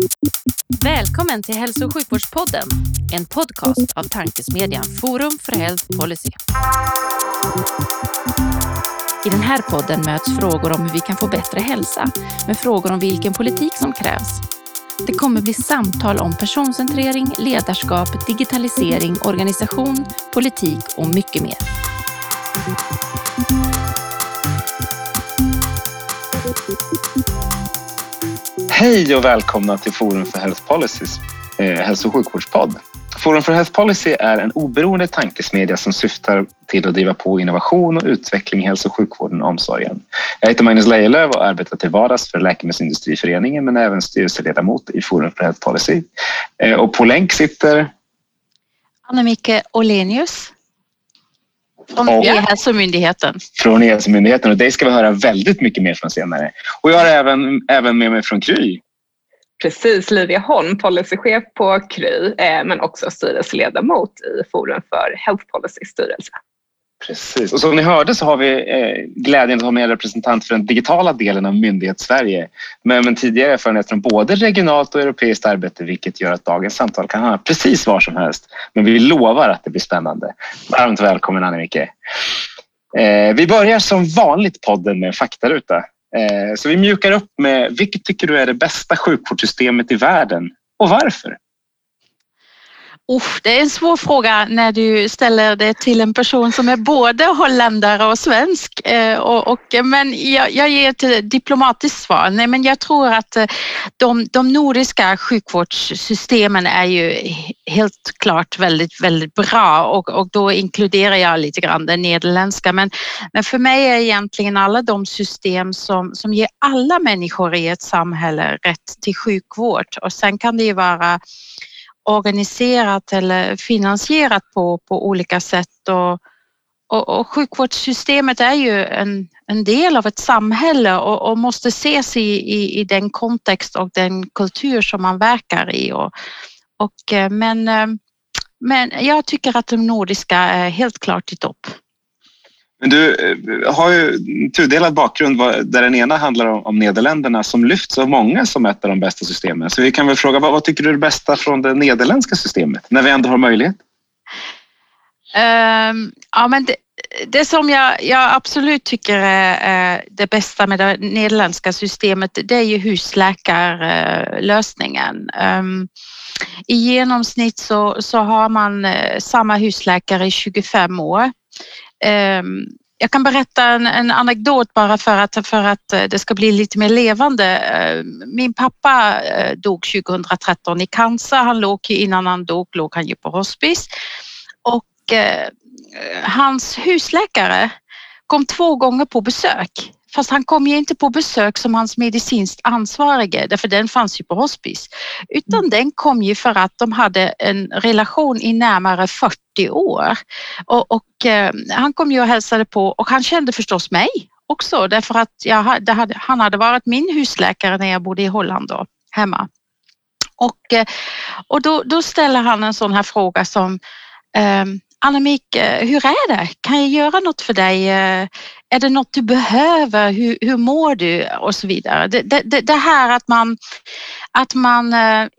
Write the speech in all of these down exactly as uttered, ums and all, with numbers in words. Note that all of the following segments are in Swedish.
Välkommen till Hälso- och sjukvårdspodden, en podcast av tankesmedjan Forum för Health Policy. I den här podden möts frågor om hur vi kan få bättre hälsa med frågor om vilken politik som krävs. Det kommer bli samtal om personcentrering, ledarskap, digitalisering, organisation, politik och mycket mer. Hej och välkomna till Forum för Health Policys eh, hälso- och sjukvårdspodd. Forum för Health Policy är en oberoende tankesmedja som syftar till att driva på innovation och utveckling i hälso- och sjukvården och omsorgen. Jag heter Magnus Lejelöw och arbetar till vardags för Läkemedelsindustriföreningen men även styrelseledamot i Forum för Health Policy. Eh, och på länk sitter Anna-Micke Olenius från och, E-hälsomyndigheten. Från E-hälsomyndigheten, och det ska vi höra väldigt mycket mer från senare. Och jag har även, även med mig från Kry. Precis, Livia Holm, policychef på Kry, eh, men också styrelseledamot i Forum för Health Policy styrelse. Precis, och som ni hörde så har vi eh, glädjen att ha med en representant för den digitala delen av Myndighetssverige med en tidigare erfarenhet från både regionalt och europeiskt arbete, vilket gör att dagens samtal kan hamna precis var som helst. Men vi lovar att det blir spännande. Varmt välkommen Anna-Micke. Eh, vi börjar som vanligt podden med en faktaruta. Eh, så vi mjukar upp med vilket tycker du är det bästa sjukvårdssystemet i världen och varför? Uff, det är en svår fråga när du ställer det till en person som är både holländare och svensk. Eh, och, och, men jag, jag ger ett diplomatiskt svar. Nej, men jag tror att de, de nordiska sjukvårdssystemen är ju helt klart väldigt, väldigt bra och, och då inkluderar jag lite grann det nederländska. Men, men för mig är egentligen alla de system som, som ger alla människor i ett samhälle rätt till sjukvård. Och sen kan det ju vara organiserat eller finansierat på, på olika sätt och, och, och sjukvårdssystemet är ju en, en del av ett samhälle och, och måste ses i, i, i den kontext och den kultur som man verkar i. Och, och, men, men jag tycker att de nordiska är helt klart i topp. Men du har ju tudelad bakgrund där den ena handlar om, om Nederländerna som lyfts av många som ett av de bästa systemen. Så vi kan väl fråga, vad, vad tycker du är det bästa från det nederländska systemet när vi ändå har möjlighet? Um, ja, men det, det som jag, jag absolut tycker är det bästa med det nederländska systemet, det är ju husläkarlösningen. Um, I genomsnitt så, så har man samma husläkare i tjugofem år. Jag kan berätta en, en anekdot bara för att, för att det ska bli lite mer levande. Min pappa dog tjugohundratretton i cancer. Han låg innan han dog låg han ju på hospice. Och eh, hans husläkare kom två gånger på besök. Fast han kom ju inte på besök som hans medicinskt ansvarige, därför den fanns ju på hospice. Utan mm. den kom ju för att de hade en relation i närmare fyrtio år. Och, och eh, han kom ju och hälsade på och han kände förstås mig också. Därför att jag hade, han hade varit min husläkare när jag bodde i Holland då, hemma. Och, eh, och då, då ställer han en sån här fråga som... Eh, Anna-Micke, hur är det? Kan jag göra något för dig? Är det något du behöver? Hur, hur mår du? Och så vidare. Det, det, det här att man, att, man,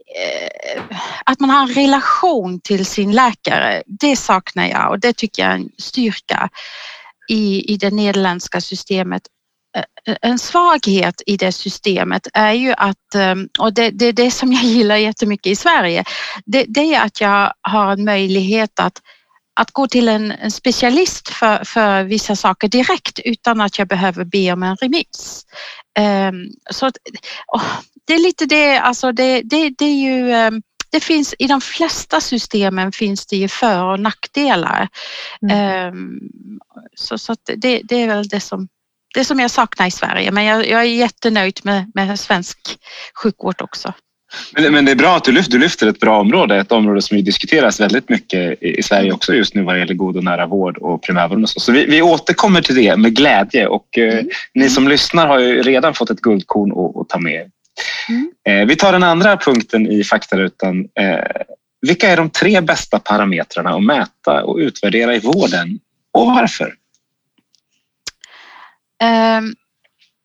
att man har en relation till sin läkare, det saknar jag och det tycker jag är en styrka i, i det nederländska systemet. En svaghet i det systemet är ju att, och det är det, det som jag gillar jättemycket i Sverige, det, det är att jag har en möjlighet att Att gå till en, en specialist för, för vissa saker direkt utan att jag behöver be om en remiss. Um, så oh, det är lite det, alltså det, det, det är ju, um, det finns i de flesta systemen finns det ju för- och nackdelar. Mm. Um, så så det, det är väl det som, det som jag saknar i Sverige, men jag, jag är jättenöjd med, med svensk sjukvård också. Men, men det är bra att du lyfter, du lyfter ett bra område, ett område som ju diskuteras väldigt mycket i, i Sverige också just nu vad det gäller god och nära vård och primärvård och så. Så vi, vi återkommer till det med glädje och eh, mm. ni som lyssnar har ju redan fått ett guldkorn att, att ta med. Mm. Eh, vi tar den andra punkten i faktarutan. Eh, vilka är de tre bästa parametrarna att mäta och utvärdera i vården och varför? Um.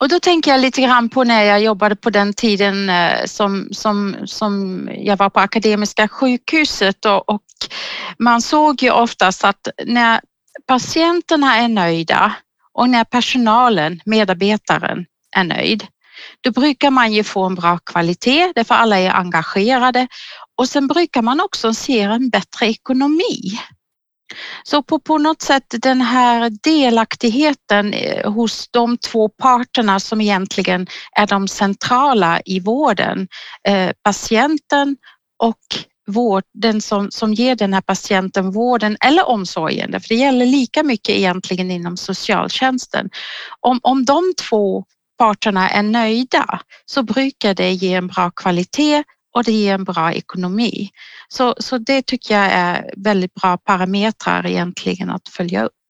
Och då tänker jag lite grann på när jag jobbade på den tiden som, som, som jag var på Akademiska sjukhuset och, och man såg ju oftast att när patienterna är nöjda och när personalen, medarbetaren är nöjd, då brukar man ju få en bra kvalitet därför alla är engagerade och sen brukar man också se en bättre ekonomi. Så på, på något sätt den här delaktigheten hos de två parterna som egentligen är de centrala i vården, eh, patienten och vård, den som, som ger den här patienten vården eller omsorgen, för det gäller lika mycket egentligen inom socialtjänsten. Om, om de två parterna är nöjda så brukar det ge en bra kvalitet och det ger en bra ekonomi. Så, så det tycker jag är väldigt bra parametrar egentligen att följa upp.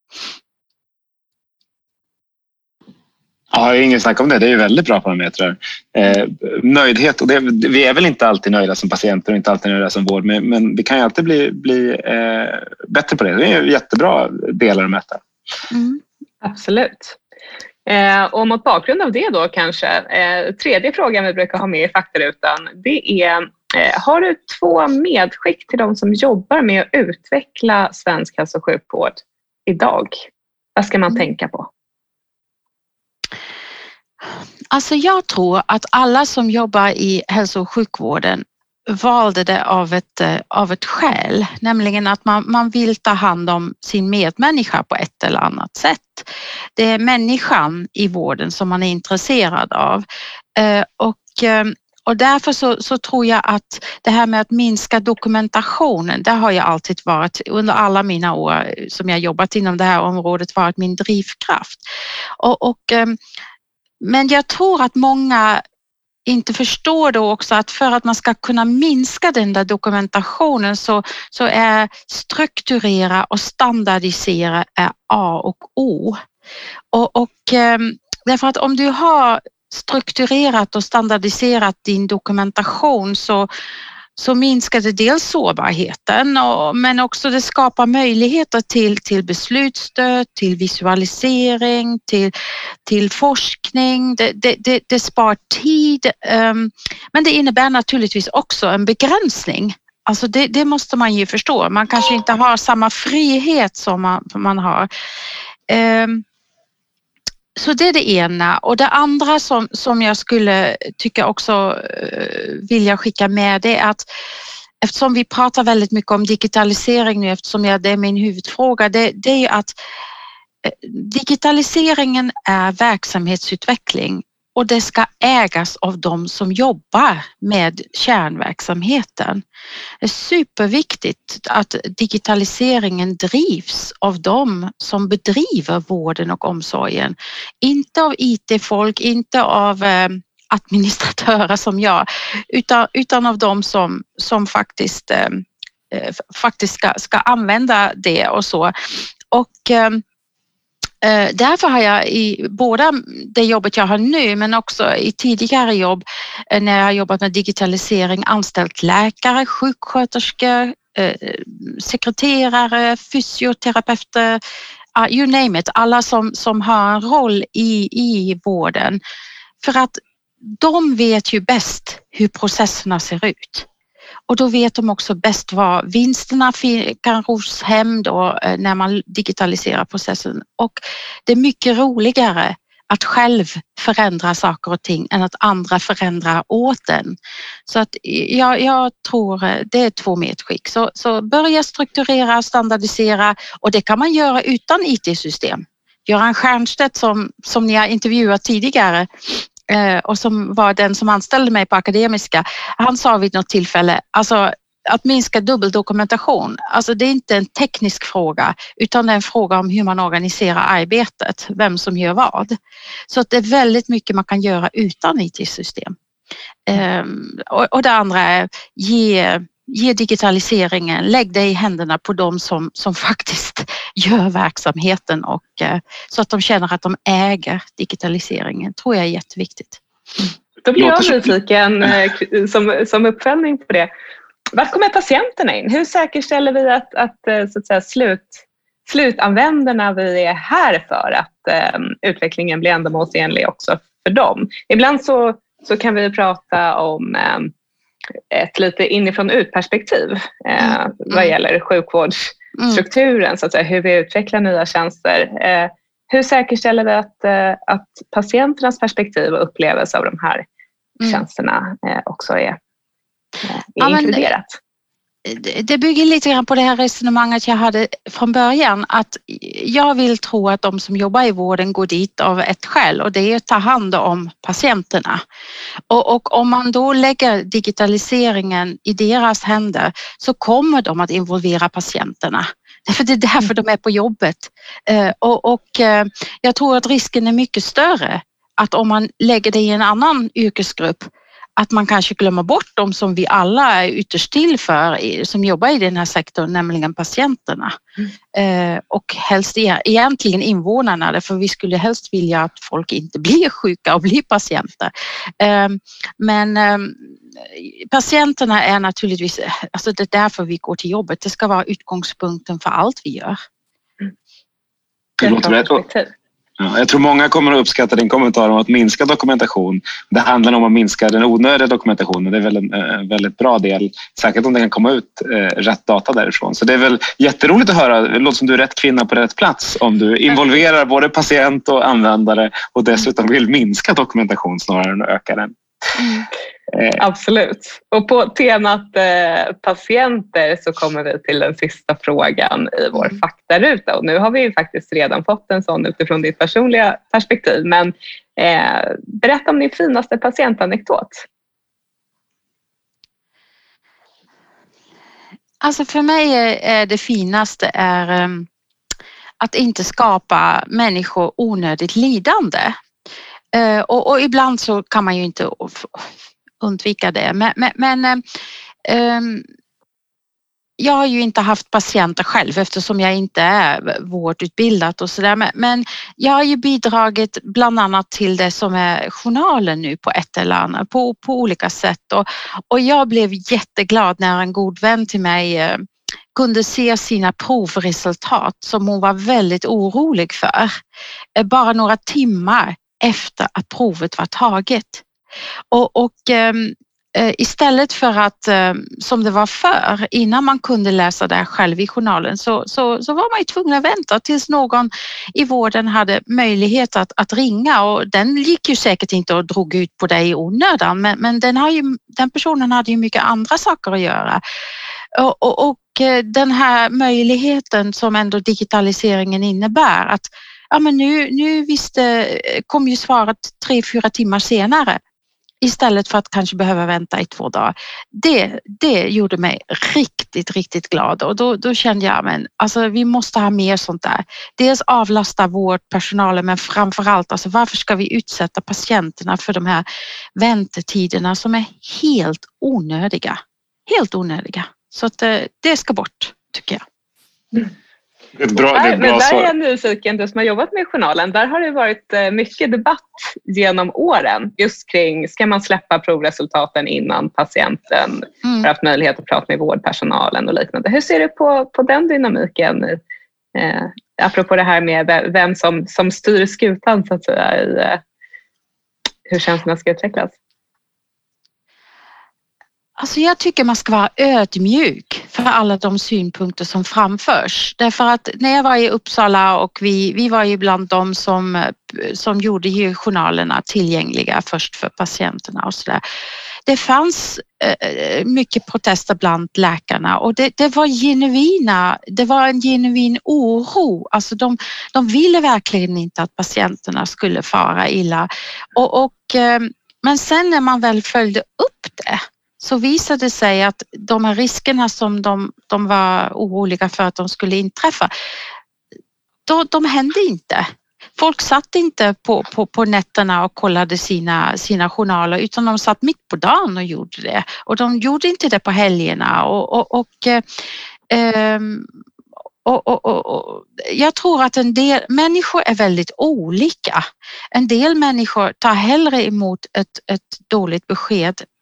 Ja, ingen snack om det. Det är ju väldigt bra parametrar. Eh, nöjdhet, och det, vi är väl inte alltid nöjda som patienter och inte alltid nöjda som vård, men, men vi kan ju alltid bli, bli eh, bättre på det. Det är jättebra delar att mäta. Mm. Absolut. Eh, och mot bakgrund av det då kanske, eh, tredje frågan vi brukar ha med i faktarutan, det är, eh, har du två medskick till de som jobbar med att utveckla svensk hälso- och sjukvård idag? Vad ska man tänka på? Alltså jag tror att alla som jobbar i hälso- och sjukvården valde det av ett, av ett skäl, nämligen att man, man vill ta hand om sin medmänniska på ett eller annat sätt. Det är människan i vården som man är intresserad av och, och därför så, så tror jag att det här med att minska dokumentationen, det har jag alltid varit under alla mina år som jag jobbat inom det här området varit min drivkraft. Och, och men jag tror att många inte förstår då också att för att man ska kunna minska den där dokumentationen så, så är strukturera och standardisera är A och O. Och, och därför att om du har strukturerat och standardiserat din dokumentation så så minskar det dels sårbarheten och, men också det skapar möjligheter till, till beslutsstöd, till visualisering, till, till forskning. Det, det, det, det spar tid, um, men det innebär naturligtvis också en begränsning. Alltså det, det måste man ju förstå. Man kanske inte har samma frihet som man, man har. Um, Så det är det ena. Och det andra som, som jag skulle tycka också vilja skicka med det är att eftersom vi pratar väldigt mycket om digitalisering nu, eftersom jag, det är min huvudfråga, det, det är ju att digitaliseringen är verksamhetsutveckling och det ska ägas av de som jobbar med kärnverksamheten. Det är superviktigt att digitaliseringen drivs av de som bedriver vården och omsorgen. Inte av I T-folk, inte av administratörer som jag, utan, utan av de som, som faktiskt, eh, faktiskt ska, ska använda det och så. Och eh, Därför har jag i båda det jobbet jag har nu men också i tidigare jobb när jag har jobbat med digitalisering anställt läkare, sjuksköterskor, sekreterare, fysioterapeuter, you name it, alla som, som har en roll i, i vården. För att de vet ju bäst hur processerna ser ut. Och då vet de också bäst vad vinsterna kan ros hem då när man digitaliserar processen. Och det är mycket roligare att själv förändra saker och ting än att andra förändrar åt den. Så att jag, jag tror det är två medskick. Så, så börja strukturera, standardisera och det kan man göra utan I T-system. Göran Stiernstedt som, som ni har intervjuat tidigare och som var den som anställde mig på Akademiska, han sa vid något tillfälle, alltså att minska dubbeldokumentation, alltså det är inte en teknisk fråga utan det är en fråga om hur man organiserar arbetet, vem som gör vad. Så att det är väldigt mycket man kan göra utan I T-system. Um, och, och det andra är ge, ge digitaliseringen, lägg det i händerna på dem som, som faktiskt gör verksamheten och uh, så att de känner att de äger digitaliseringen, tror jag är jätteviktigt. Då blir jag nyfiken som, som uppföljning på det. Var kommer patienterna in? Hur säkerställer vi att, att, så att säga, slut, slutanvändarna vi är här för att eh, utvecklingen blir ändamålsenlig också för dem. Ibland så, så kan vi prata om eh, ett lite inifrån ut-perspektiv eh, mm. vad gäller sjukvårdsstrukturen, mm. så att säga, hur vi utvecklar nya tjänster. Eh, hur säkerställer vi att, eh, att patienternas perspektiv och upplevelse av de här mm. tjänsterna eh, också är, eh, är ja, inkluderat? Det bygger lite grann på det här resonemanget jag hade från början, att jag vill tro att de som jobbar i vården går dit av ett skäl, och det är att ta hand om patienterna. Och, och om man då lägger digitaliseringen i deras händer så kommer de att involvera patienterna. För det är därför de är på jobbet. Och, och jag tror att risken är mycket större att om man lägger det i en annan yrkesgrupp, att man kanske glömmer bort dem som vi alla är ytterst till för, som jobbar i den här sektorn, nämligen patienterna. Mm. Eh, och helst egentligen invånarna, därför vi skulle helst vilja att folk inte blir sjuka och blir patienter. Eh, men eh, patienterna är naturligtvis, alltså det är därför vi går till jobbet. Det ska vara utgångspunkten för allt vi gör. Mm. Det låter rätt. Ja, jag tror många kommer att uppskatta din kommentar om att minska dokumentation. Det handlar om att minska den onödiga dokumentationen. Det är väl en äh, väldigt bra del, säkert om det kan komma ut äh, rätt data därifrån. Så det är väl jätteroligt att höra. Det låter som du är rätt kvinna på rätt plats om du involverar både patient och användare och dessutom vill minska dokumentation snarare än att öka den. Mm. Absolut. Och på temat eh, patienter så kommer vi till den sista frågan i vår mm. faktaruta. Och nu har vi ju faktiskt redan fått en sån utifrån ditt personliga perspektiv. Men eh, berätta om din finaste patientanekdot. Alltså för mig är det finaste är um, att inte skapa människor onödigt lidande. Uh, och, och ibland så kan man ju inte undvika det. Men, men, men um, jag har ju inte haft patienter själv eftersom jag inte är vårdutbildad och sådär. Men, men jag har ju bidragit bland annat till det som är journalen nu på ett eller annat, på, på olika sätt. Och, och jag blev jätteglad när en god vän till mig uh, kunde se sina provresultat som hon var väldigt orolig för. Uh, bara några timmar efter att provet var taget. Och, och eh, istället för att, eh, som det var förr, innan man kunde läsa det själv i journalen, så, så, så var man ju tvungen att vänta tills någon i vården hade möjlighet att, att ringa. Och den gick ju säkert inte och drog ut på dig i onödan, men, men den, har ju, den personen hade ju mycket andra saker att göra. Och, och, och den här möjligheten som ändå digitaliseringen innebär, att ja, men nu, nu visste, kom ju svaret tre, fyra timmar senare istället för att kanske behöva vänta i två dagar. Det, det gjorde mig riktigt, riktigt glad och då, då kände jag men alltså, vi måste ha mer sånt där. Dels avlasta vårdpersonalen men framförallt alltså, varför ska vi utsätta patienterna för de här väntetiderna som är helt onödiga. Helt onödiga. Så att det ska bort tycker jag. Mm. Ett bra, det är ett bra men där svar. är jag nyfiken, du som har jobbat med journalen, där har det varit mycket debatt genom åren just kring, ska man släppa provresultaten innan patienten mm. har haft möjlighet att prata med vårdpersonalen och liknande. Hur ser du på, på den dynamiken, eh, apropå det här med vem som, som styr skutan så att säga, i eh, hur tjänsterna ska utvecklas? Alltså jag tycker man ska vara ödmjuk för alla de synpunkter som framförs. Därför att när jag var i Uppsala och vi, vi var ju bland de som, som gjorde ju journalerna tillgängliga först för patienterna och sådär. Det fanns eh, mycket protester bland läkarna och det, det var genuina, det var en genuin oro. Alltså de, de ville verkligen inte att patienterna skulle fara illa. Och, och, eh, men sen när man väl följde upp det så visade det sig att de här riskerna som de, de var oroliga för att de skulle inträffa, då, de hände inte. Folk satt inte på, på, på nätterna och kollade sina, sina journaler utan de satt mitt på dagen och gjorde det. Och de gjorde inte det på helgerna. Och, och, och, eh, och, och, och, och jag tror att en del människor är väldigt olika. En del människor tar hellre emot ett, ett dåligt besked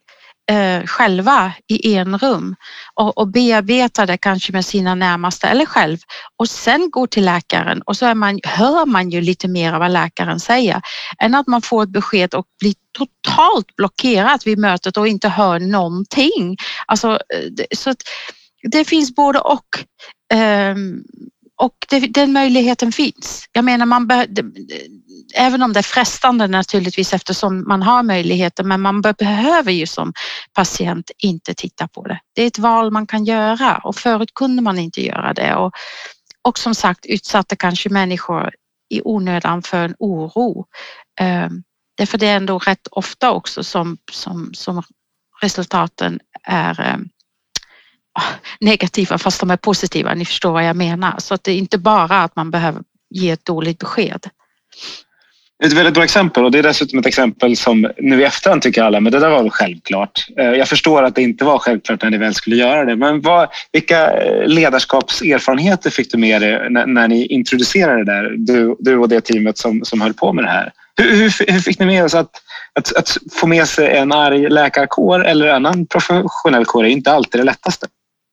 eh, själva i en rum och, och bearbeta det kanske med sina närmaste eller själv och sen gå till läkaren och så är man, hör man ju lite mer av vad läkaren säger än att man får ett besked och blir totalt blockerat vid mötet och inte hör någonting. Alltså, så att det finns både och. Um, Och det, den möjligheten finns. Jag menar, man be, det, även om det är frestande naturligtvis eftersom man har möjligheten, men man be, behöver ju som patient inte titta på det. Det är ett val man kan göra och förut kunde man inte göra det. Och, och som sagt utsatte kanske människor i onödan för en oro. Um, därför det är ändå rätt ofta också som, som, som resultaten är um, negativa fast de är positiva, ni förstår vad jag menar. Så att det är inte bara att man behöver ge ett dåligt besked. Ett väldigt bra exempel och det är dessutom ett exempel som nu i efterhand tycker alla, men det där var väl självklart. Jag förstår att det inte var självklart när ni väl skulle göra det, men vad, vilka ledarskapserfarenheter fick du med er när, när ni introducerade det där, du, du och det teamet som, som höll på med det här? Hur, hur, hur fick ni med oss att, att, att få med sig en arg läkarkår eller en annan professionell kår är inte alltid det lättaste?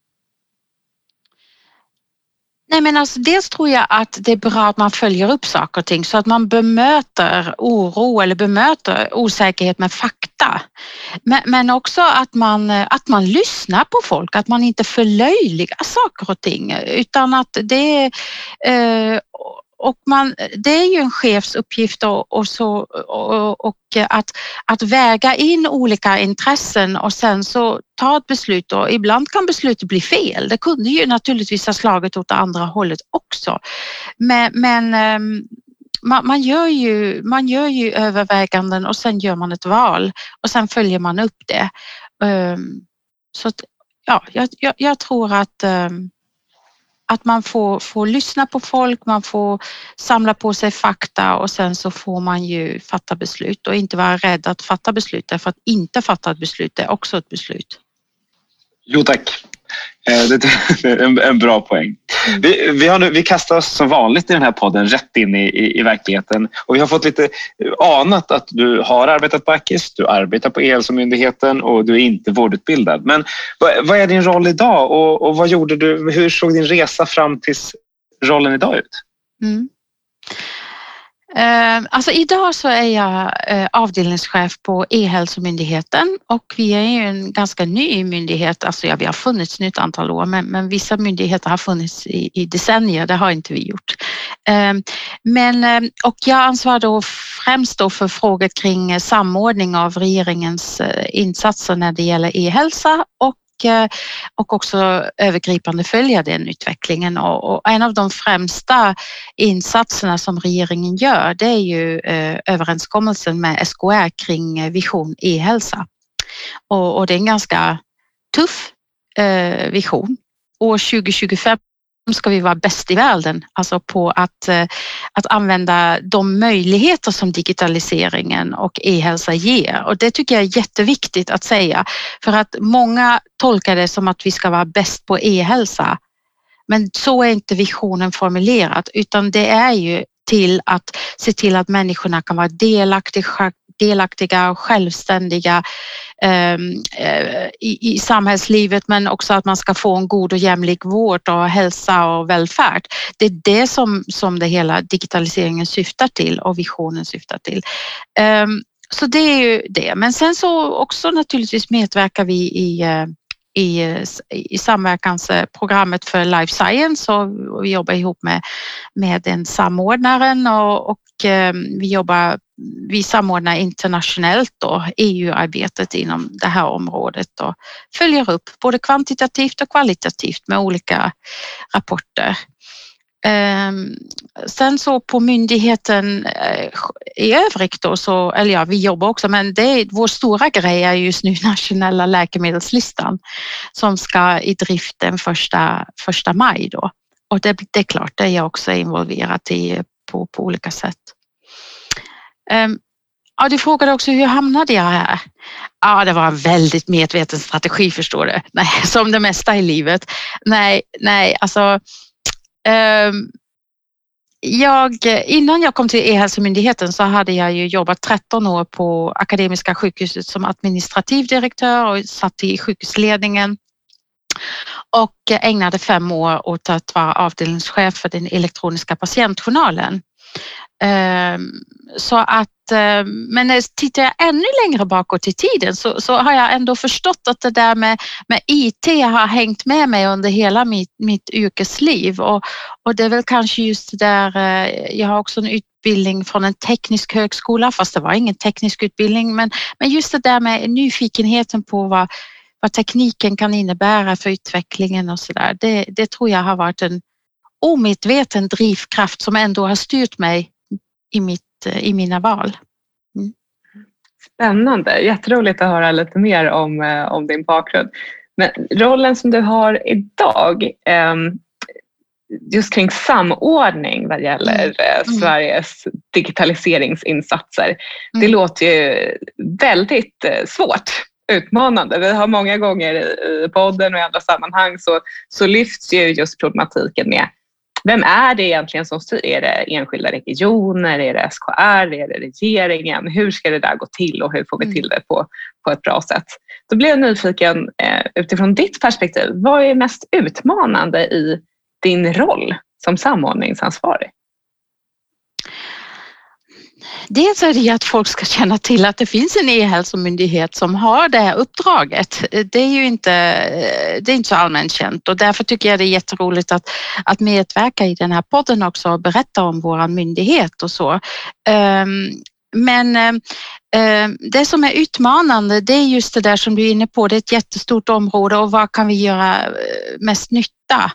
Nej, men alltså, dels tror jag att det är bra att man följer upp saker och ting så att man bemöter oro eller bemöter osäkerhet med fakta. Men, men också att man, att man lyssnar på folk, att man inte förlöjligar saker och ting utan att det är eh, och man, det är ju en chefs uppgift och, och, så, och, och att, att väga in olika intressen och sen så ta ett beslut och ibland kan beslutet bli fel. Det kunde ju naturligtvis ha slagit åt det andra hållet också. Men, men man, man, gör ju, man gör ju överväganden och sen gör man ett val och sen följer man upp det. Så att, ja, jag, jag, jag tror att Att man får, får lyssna på folk, man får samla på sig fakta och sen så får man ju fatta beslut och inte vara rädd att fatta beslut därför att inte fatta ett beslut är också ett beslut. Jo tack, det är en, en bra poäng. Vi, vi, har nu, vi kastar oss som vanligt i den här podden rätt in i, i, i verkligheten och vi har fått lite anat att du har arbetat på Akis, du arbetar på E-hälsomyndigheten och du är inte vårdutbildad. Men vad, vad är din roll idag och, och vad gjorde du, hur såg din resa fram till rollen idag ut? Mm. Alltså idag så är jag avdelningschef på E-hälsomyndigheten och vi är ju en ganska ny myndighet, alltså ja, vi har funnits nu ett antal år men, men vissa myndigheter har funnits i, i decennier, det har inte vi gjort. Men, och jag ansvarar då främst då för frågor kring samordning av regeringens insatser när det gäller e-hälsa och och också övergripande följa den utvecklingen och en av de främsta insatserna som regeringen gör det är ju överenskommelsen med S K R kring Vision e-hälsa och det är en ganska tuff vision. År tjugo tjugofem ska vi vara bäst i världen, alltså på att, att använda de möjligheter som digitaliseringen och e-hälsa ger. Och det tycker jag är jätteviktigt att säga för att många tolkar det som att vi ska vara bäst på e-hälsa. Men så är inte visionen formulerad utan det är ju till att se till att människorna kan vara delaktiga, delaktiga och självständiga eh, i, i samhällslivet men också att man ska få en god och jämlik vård och hälsa och välfärd. Det är det som, som det hela digitaliseringen syftar till och visionen syftar till. Eh, så det är ju det. Men sen så också naturligtvis medverkar vi i I, i samverkansprogrammet för Life Science och vi jobbar ihop med, med den samordnaren och, och vi jobbar, vi samordnar internationellt då E U-arbetet inom det här området och följer upp både kvantitativt och kvalitativt med olika rapporter. Sen så på myndigheten i övrigt då så, eller ja vi jobbar också men det är, vår stora grej är just nu nationella läkemedelslistan som ska i drift den första, första maj då och det, det är klart det är jag också involverad i på, på olika sätt. Ja, du frågade också hur hamnade jag här? Ja, det var en väldigt medveten strategi förstår du. Nej, som det mesta i livet. Nej, nej alltså Um, Jag, innan jag kom till E-hälsomyndigheten så hade jag ju jobbat tretton år på Akademiska sjukhuset som administrativ direktör och satt i sjukhusledningen och ägnade fem år åt att vara avdelningschef för den elektroniska patientjournalen. Så att, men när jag tittar ännu längre bakåt i tiden så, så har jag ändå förstått att det där med, med I T har hängt med mig under hela mitt, mitt yrkesliv och, och det är väl kanske just det där, jag har också en utbildning från en teknisk högskola fast det var ingen teknisk utbildning men, men just det där med nyfikenheten på vad, vad tekniken kan innebära för utvecklingen och sådär, det, det tror jag har varit en omedveten drivkraft som ändå har styrt mig i, mitt, i mina val. Mm. Spännande, jätteroligt att höra lite mer om, om din bakgrund. Men rollen som du har idag, just kring samordning vad gäller mm. Sveriges digitaliseringsinsatser, mm. det låter ju väldigt svårt. Utmanande. Vi har många gånger i podden och i andra sammanhang så, så lyfts ju just problematiken med vem är det egentligen som styr? Är det enskilda regioner? Är det S K R? Är det regeringen? Hur ska det där gå till och hur får vi till det på, på ett bra sätt? Då blir jag nyfiken eh, utifrån ditt perspektiv. Vad är mest utmanande i din roll som samordningsansvarig? Dels är det att folk ska känna till att det finns en e-hälsomyndighet som har det här uppdraget. Det är ju inte, det är inte så allmänt känt och därför tycker jag det är jätteroligt att, att medverka i den här podden också och berätta om vår myndighet och så. Men det som är utmanande det är just det där som du är inne på, det är ett jättestort område och vad kan vi göra mest nytta?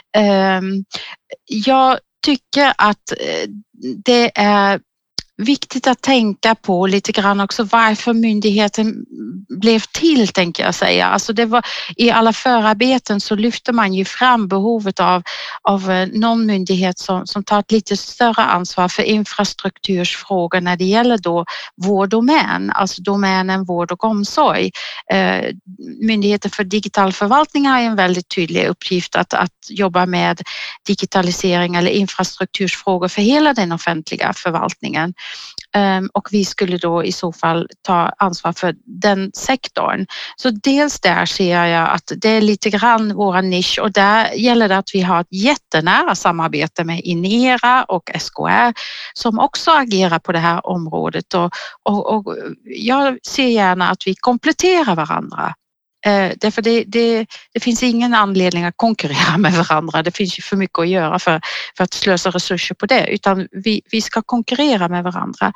Jag tycker att det är viktigt att tänka på lite grann också varför myndigheten blev till, tänker jag säga. Alltså det var, i alla förarbeten så lyfter man ju fram behovet av, av någon myndighet som, som tar ett lite större ansvar för infrastruktursfrågor när det gäller då vår domän, alltså domänen vård och omsorg. Eh, Myndigheten för digital förvaltning har en väldigt tydlig uppgift att, att jobba med digitalisering eller infrastruktursfrågor för hela den offentliga förvaltningen. Och vi skulle då i så fall ta ansvar för den sektorn. Så dels där ser jag att det är lite grann vår nisch och där gäller det att vi har ett jättenära samarbete med Inera och S K R som också agerar på det här området och, och, och jag ser gärna att vi kompletterar varandra. Därför det, det, det finns ingen anledning att konkurrera med varandra. Det finns ju för mycket att göra för, för att slösa resurser på det. Utan vi, vi ska konkurrera med varandra.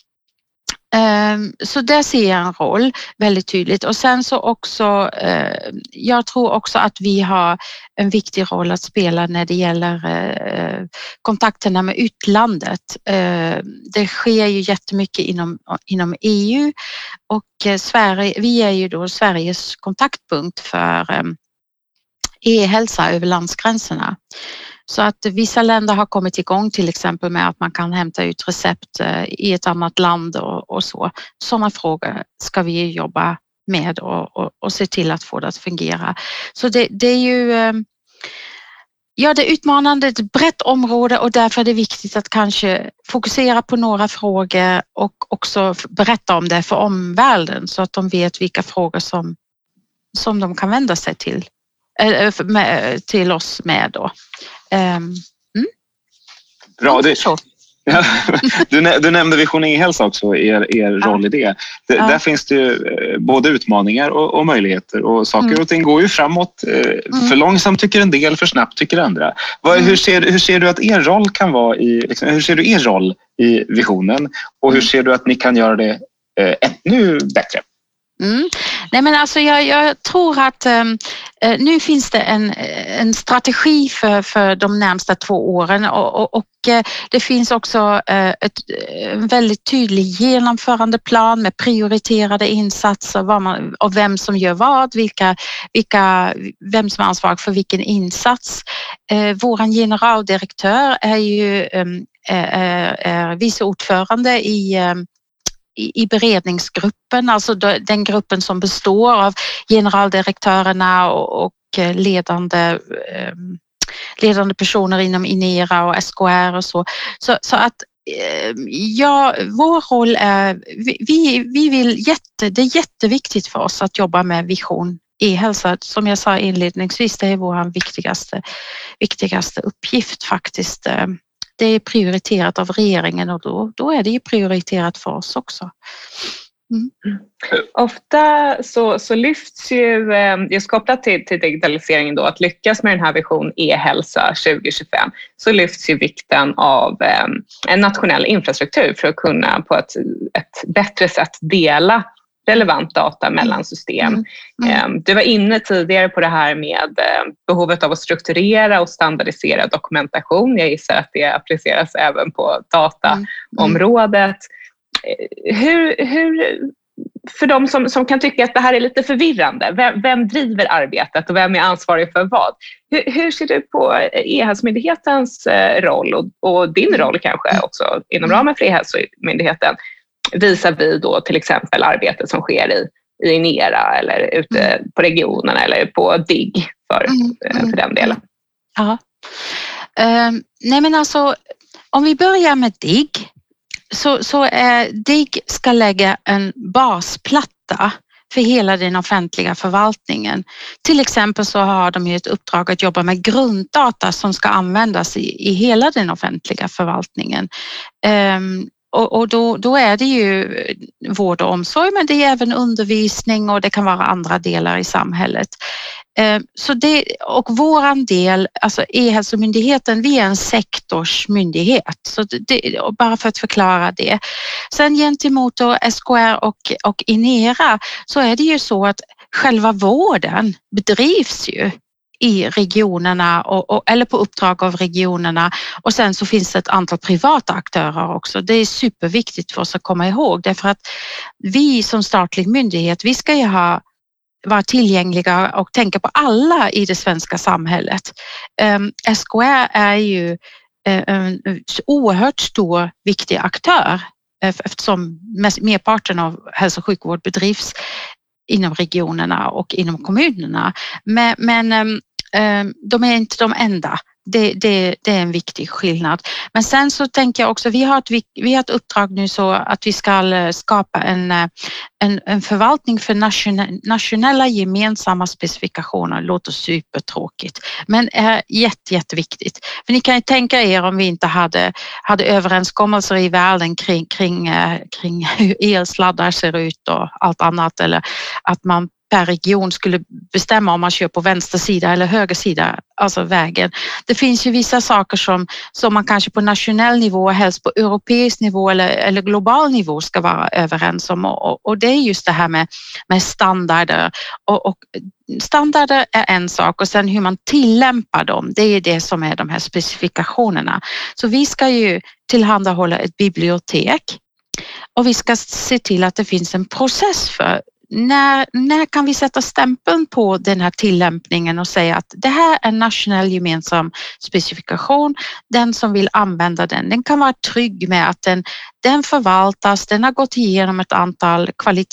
Så där ser jag en roll väldigt tydligt. Och sen så också, jag tror också att vi har en viktig roll att spela när det gäller kontakterna med utlandet. Det sker ju jättemycket inom, inom E U och Sverige, vi är ju då Sveriges kontaktpunkt för e-hälsa över landsgränserna. Så att vissa länder har kommit igång till exempel med att man kan hämta ut recept i ett annat land och, och så. Sådana frågor ska vi jobba med och, och, och se till att få det att fungera. Så det, det är ju ja, det är utmanande, ett brett område och därför är det viktigt att kanske fokusera på några frågor och också berätta om det för omvärlden så att de vet vilka frågor som, som de kan vända sig till. till oss med då. Mm. Bra, det, ja, du, du nämnde Vision e-hälsa också, er, er ja. roll i det. det ja. Där finns det ju både utmaningar och, och möjligheter och saker mm. och ting går ju framåt. Mm. För långsamt tycker en del, för snabbt tycker andra. Vad, mm. hur, ser, hur ser du att er roll kan vara i, liksom, hur ser du er roll i visionen och hur mm. ser du att ni kan göra det eh, ännu bättre? Mm. Nej men alltså jag, jag tror att eh, nu finns det en, en strategi för, för de närmsta två åren och, och, och eh, det finns också eh, ett, en väldigt tydlig genomförandeplan med prioriterade insatser vad man, och vem som gör vad, vilka, vilka, vem som är ansvarig för vilken insats. Eh, våran generaldirektör är ju eh, är, är vice ordförande i eh, i beredningsgruppen, alltså den gruppen som består av generaldirektörerna och ledande, ledande personer inom Inera och S K R och så. Så, så att ja, vår roll är, vi, vi vill jätte, det är jätteviktigt för oss att jobba med vision e-hälsa. Som jag sa inledningsvis, det är vår viktigaste, viktigaste uppgift faktiskt. Det är prioriterat av regeringen och då, då är det ju prioriterat för oss också. Mm. Ofta så, så lyfts ju, just kopplat till, till digitaliseringen då, att lyckas med den här vision e-hälsa tjugo tjugofem, så lyfts ju vikten av en nationell infrastruktur för att kunna på ett, ett bättre sätt dela relevant data mellan system. Mm. Mm. Du var inne tidigare på det här med behovet av att strukturera och standardisera dokumentation. Jag gissar att det appliceras även på dataområdet. Mm. Hur, hur, för de som, som kan tycka att det här är lite förvirrande, vem, vem driver arbetet och vem är ansvarig för vad? Hur, hur ser du på E-hälsomyndighetens roll och, och din roll kanske också inom ramen för E-hälsomyndigheten visar vi då till exempel arbetet som sker i, i Inera eller ute mm. på regionerna eller på D I G för, mm. för den delen? Ja. Um, nej men alltså, om vi börjar med D I G så, så är D I G ska lägga en basplatta för hela den offentliga förvaltningen. Till exempel så har de ju ett uppdrag att jobba med grunddata som ska användas i, i hela den offentliga förvaltningen. Um, Och, och då, då är det ju vård och omsorg, men det är även undervisning och det kan vara andra delar i samhället. Så det, och våran del, alltså E-hälsomyndigheten, vi är en sektorsmyndighet. Så det, bara för att förklara det. Sen gentemot då S K R och, och Inera så är det ju så att själva vården bedrivs ju i regionerna och, och, eller på uppdrag av regionerna, och sen så finns det ett antal privata aktörer också. Det är superviktigt för oss att komma ihåg, därför att vi som statlig myndighet, vi ska ju ha, vara tillgängliga och tänka på alla i det svenska samhället. Um, S K R är ju en oerhört stor, viktig aktör eftersom merparten av hälso- och sjukvård bedrivs inom regionerna och inom kommunerna. Men, men um, de är inte de enda. Det, det, det är en viktig skillnad. Men sen så tänker jag också, vi har ett, vi har ett uppdrag nu så att vi ska skapa en, en, en förvaltning för nation, nationella gemensamma specifikationer. Det låter supertråkigt, men är jätte, jätteviktigt. För ni kan ju tänka er om vi inte hade, hade överenskommelser i världen kring, kring, kring hur elsladdar ser ut och allt annat, eller att man per region skulle bestämma om man kör på vänster sida eller höger sida, alltså vägen. Det finns ju vissa saker som, som man kanske på nationell nivå, helst på europeisk nivå eller, eller global nivå ska vara överens om, och, och det är just det här med, med standarder. Och, och standarder är en sak och sen hur man tillämpar dem, det är det som är de här specifikationerna. Så vi ska ju tillhandahålla ett bibliotek och vi ska se till att det finns en process för När, när kan vi sätta stämpeln på den här tillämpningen och säga att det här är en nationell gemensam specifikation. Den som vill använda den, den kan vara trygg med att den, den förvaltas, den har gått igenom ett antal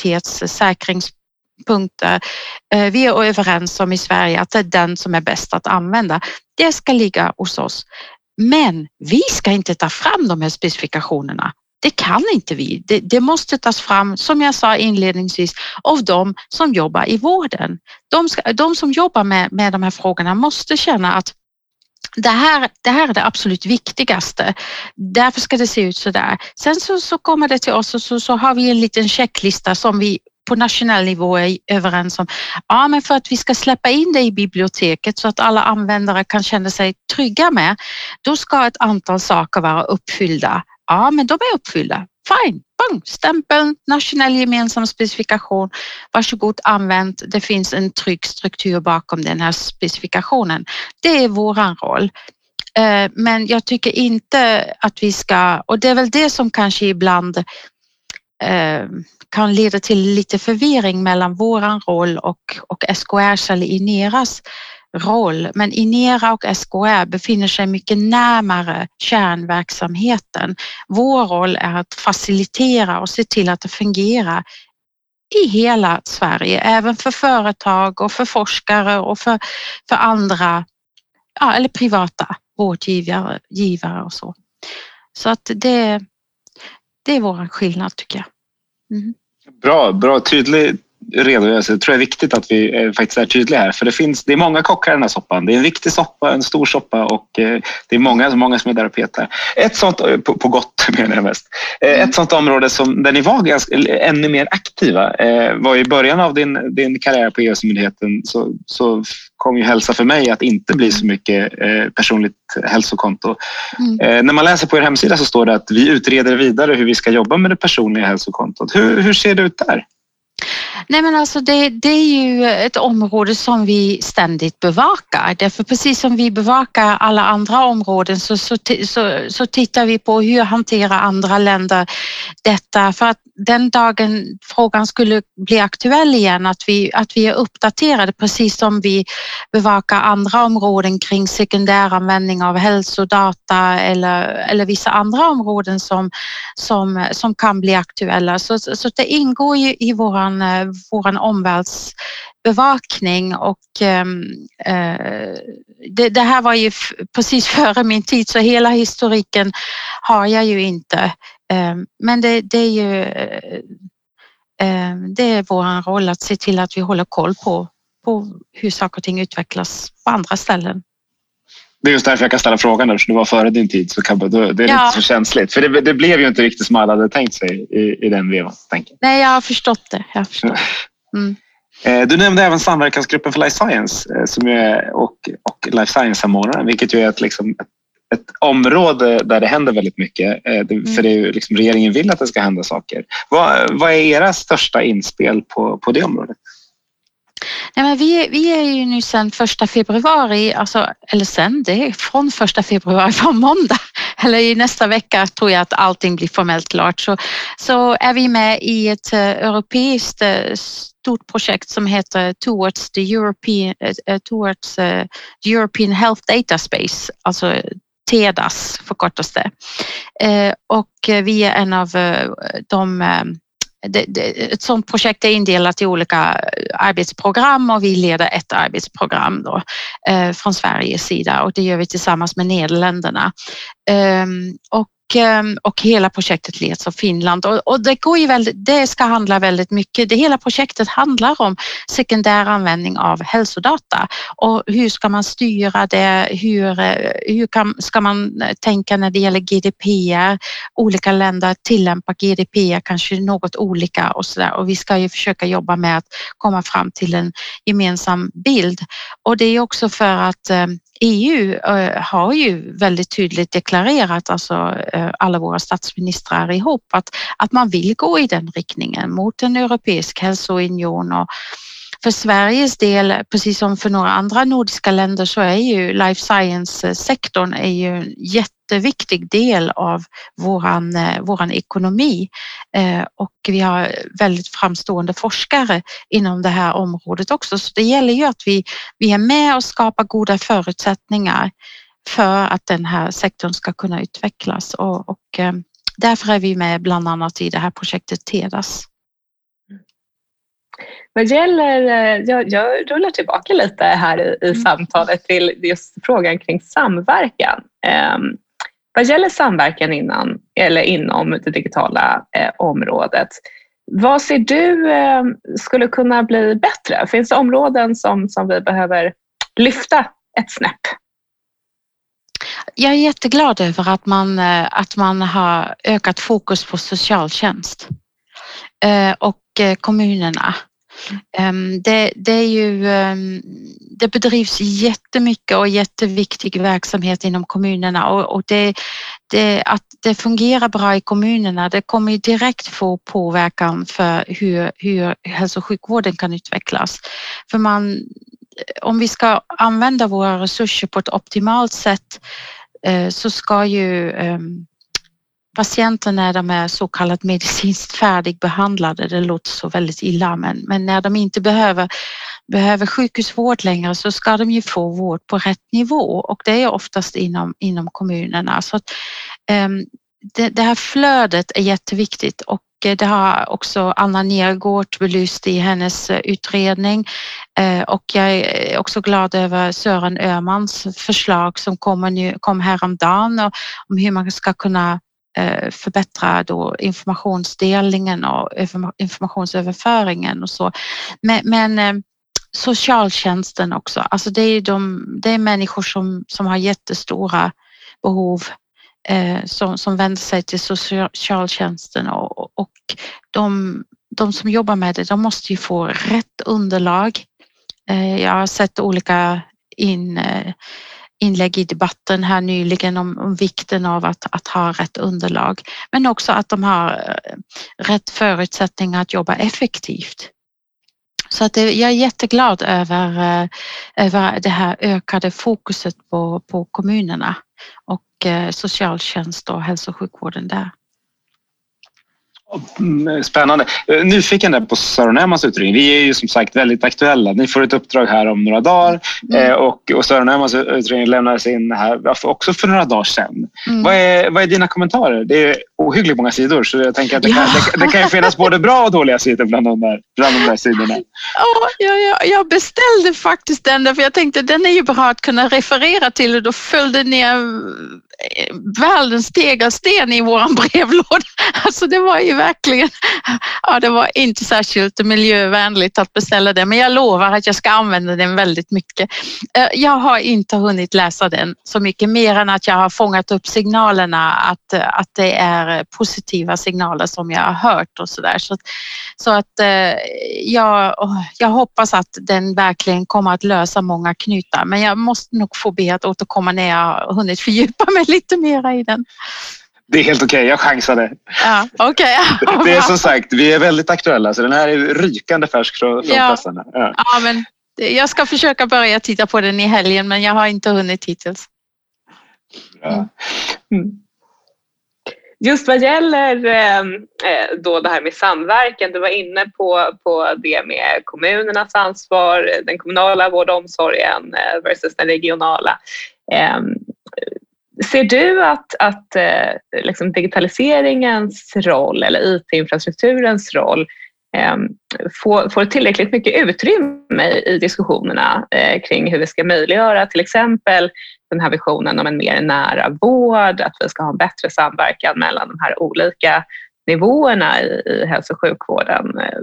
kvalitetssäkringspunkter. Vi är överens om i Sverige att det är den som är bäst att använda. Det ska ligga hos oss. Men vi ska inte ta fram de här specifikationerna. Det kan inte vi. Det, det måste tas fram, som jag sa inledningsvis, av de som jobbar i vården. De, ska, de som jobbar med, med de här frågorna måste känna att det här, det här är det absolut viktigaste. Därför ska det se ut så där. Sen så, så kommer det till oss och så, så har vi en liten checklista som vi på nationell nivå är överens om. Ja, men för att vi ska släppa in det i biblioteket så att alla användare kan känna sig trygga med, då ska ett antal saker vara uppfyllda. Ja, men de är uppfyllda. Fine, bang, stämpeln, nationell gemensam specifikation. Varsågod, använd. Det finns en trygg struktur bakom den här specifikationen. Det är våran roll. Men jag tycker inte att vi ska, och det är väl det som kanske ibland kan leda till lite förvirring mellan våran roll och, och S K R:s eller Ineras roll, men Inera och S K R befinner sig mycket närmare kärnverksamheten. Vår roll är att facilitera och se till att det fungerar i hela Sverige, även för företag och för forskare och för, för andra ja, eller privata vårdgivare givare och så. Så att det, det är vår skillnad tycker jag. Mm. Bra, bra, tydlig redogörelse. Jag tror det är viktigt att vi är, faktiskt är tydliga här. För det finns, det är många kockar i den här soppan. Det är en viktig soppa, en stor soppa och eh, det är många, många som är där och petar. Ett sånt, på, på gott menar jag mest. Eh, mm. Ett sånt område som, där ni var ganska, ännu mer aktiva eh, var i början av din, din karriär på E U-myndigheten så, så kom ju hälsa för mig att inte bli så mycket eh, personligt hälsokonto. Mm. Eh, när man läser på er hemsida så står det att vi utreder vidare hur vi ska jobba med det personliga hälsokontot. Hur, hur ser det ut där? Nej men alltså det, det är ju ett område som vi ständigt bevakar. Därför precis som vi bevakar alla andra områden så, så, så, så tittar vi på hur hanterar andra länder detta. För att den dagen frågan skulle bli aktuell igen att vi, att vi är uppdaterade precis som vi bevakar andra områden kring sekundäranvändning av hälsodata eller, eller vissa andra områden som, som, som kan bli aktuella. Så, så det ingår ju i våran våran omvärldsbevakning och eh, det, det här var ju precis före min tid så hela historiken har jag ju inte. Eh, men det, det är ju eh, det är vår roll att se till att vi håller koll på, på hur saker och ting utvecklas på andra ställen. Det är just därför jag kan ställa frågan där, så det var före din tid så kan, det är ja. lite så känsligt. För det, det blev ju inte riktigt som alla hade tänkt sig i, i den vevan. Nej, jag har förstått det. Jag har förstått. Mm. Du nämnde även samverkansgruppen för Life Science som är, och, och Life Science-samordnaren, vilket ju är ett, liksom, ett, ett område där det händer väldigt mycket. Mm. För det är ju, liksom, regeringen vill att det ska hända saker. Vad, vad är era största inspel på, på det området? Nej, men vi, vi är ju nu sedan första februari, alltså, eller sen, det är från första februari, från måndag, eller i nästa vecka tror jag att allting blir formellt klart, så, så är vi med i ett uh, europeiskt uh, stort projekt som heter Towards the European, uh, towards, uh, the European Health Data Space, alltså TEDAS förkortas det. Uh, och vi är en av uh, de uh, Det, det, ett sådant projekt är indelat i olika arbetsprogram och vi leder ett arbetsprogram då, eh, från Sveriges sida och det gör vi tillsammans med Nederländerna. Eh, och, eh, och hela projektet leds av Finland och, och det, går ju väldigt, det ska handla väldigt mycket, det hela projektet handlar om sekundär användning av hälsodata och hur ska man styra det, hur, hur kan, ska man tänka när det gäller G D P R, olika länder tillämpar G D P R kanske något olika och sådär och vi ska ju försöka jobba med att komma fram till en gemensam bild och det är också för att E U har ju väldigt tydligt deklarerat, alltså alla våra statsministrar ihop, att, att man vill gå i den riktningen mot en europeisk hälsounion och för Sveriges del, precis som för några andra nordiska länder, så är ju life science-sektorn är ju en jätteviktig del av våran, våran ekonomi och vi har väldigt framstående forskare inom det här området också. Så det gäller ju att vi, vi är med och skapar goda förutsättningar för att den här sektorn ska kunna utvecklas och, och därför är vi med bland annat i det här projektet TEDAS. Vad gäller, jag, jag rullar tillbaka lite här i, i mm. samtalet till just frågan kring samverkan. Eh, vad gäller samverkan innan, eller inom det digitala eh, området, vad ser du eh, skulle kunna bli bättre? Finns det områden som, som vi behöver lyfta ett snäpp? Jag är jätteglad över att man, att man har ökat fokus på socialtjänst eh, och kommunerna. Det, det, är ju, det bedrivs jättemycket och jätteviktig verksamhet inom kommunerna och, och det, det, att det fungerar bra i kommunerna, det kommer ju direkt få påverkan för hur, hur hälso- och sjukvården kan utvecklas. För man, om vi ska använda våra resurser på ett optimalt sätt så ska ju patienter när de är så kallat medicinskt färdigbehandlade, det låter så väldigt illa, men, men när de inte behöver, behöver sjukhusvård längre så ska de ju få vård på rätt nivå och det är oftast inom, inom kommunerna. Så att, um, det, det här flödet är jätteviktigt och det har också Anna Nergård belyst i hennes utredning. Och jag är också glad över Sören Öhmans förslag som kommer nu, kom häromdagen om hur man ska kunna förbättra då informationsdelningen och informationsöverföringen och så. Men, men socialtjänsten också, alltså det är, de, det är människor som, som har jättestora behov eh, som, som vänder sig till socialtjänsten och, och de, de som jobbar med det, de måste ju få rätt underlag. Eh, jag har sett olika in, eh, inlägg i debatten här nyligen om, om vikten av att, att ha rätt underlag, men också att de har rätt förutsättningar att jobba effektivt. Så att det, jag är jätteglad över, över det här ökade fokuset på, på kommunerna och socialtjänst och hälso- och sjukvården där. Spännande. Nyfiken där på Sören Öhmans utredning. Vi är ju som sagt väldigt aktuella. Ni får ett uppdrag här om några dagar mm. och, och Sören Öhmans utredning lämnades in här också för några dagar sedan. Mm. Vad, är, vad är dina kommentarer? Det är ohyggligt många sidor så jag tänker att det, ja. kan, det, det kan ju finnas både bra och dåliga sidor bland de där, bland de där sidorna. Ja, jag, jag beställde faktiskt den där för jag tänkte den är ju bra att kunna referera till och då följde ner världens tegelsten i våran brevlåda. Alltså det var ju verkligen, ja det var inte särskilt miljövänligt att beställa den men jag lovar att jag ska använda den väldigt mycket. Jag har inte hunnit läsa den så mycket mer än att jag har fångat upp signalerna att, att det är positiva signaler som jag har hört och sådär. Så, så att jag, jag hoppas att den verkligen kommer att lösa många knutar men jag måste nog få be att återkomma när jag har hunnit fördjupa mig lite mer i den. Det är helt okej, okay. Jag chansade. Ja, okay. det, det är som sagt, vi är väldigt aktuella så den här är rykande färsk från ja. pressarna. Ja. ja, men jag ska försöka börja titta på den i helgen men jag har inte hunnit hittills. Ja. Mm. Just vad gäller eh, då det här med samverkan, du var inne på, på det med kommunernas ansvar, den kommunala vård och omsorgen versus den regionala. Eh, Ser du att, att eh, liksom digitaliseringens roll eller I T-infrastrukturens roll eh, får, får tillräckligt mycket utrymme i, i diskussionerna eh, kring hur vi ska möjliggöra till exempel den här visionen om en mer nära vård, att vi ska ha en bättre samverkan mellan de här olika nivåerna i, i hälso- och sjukvården?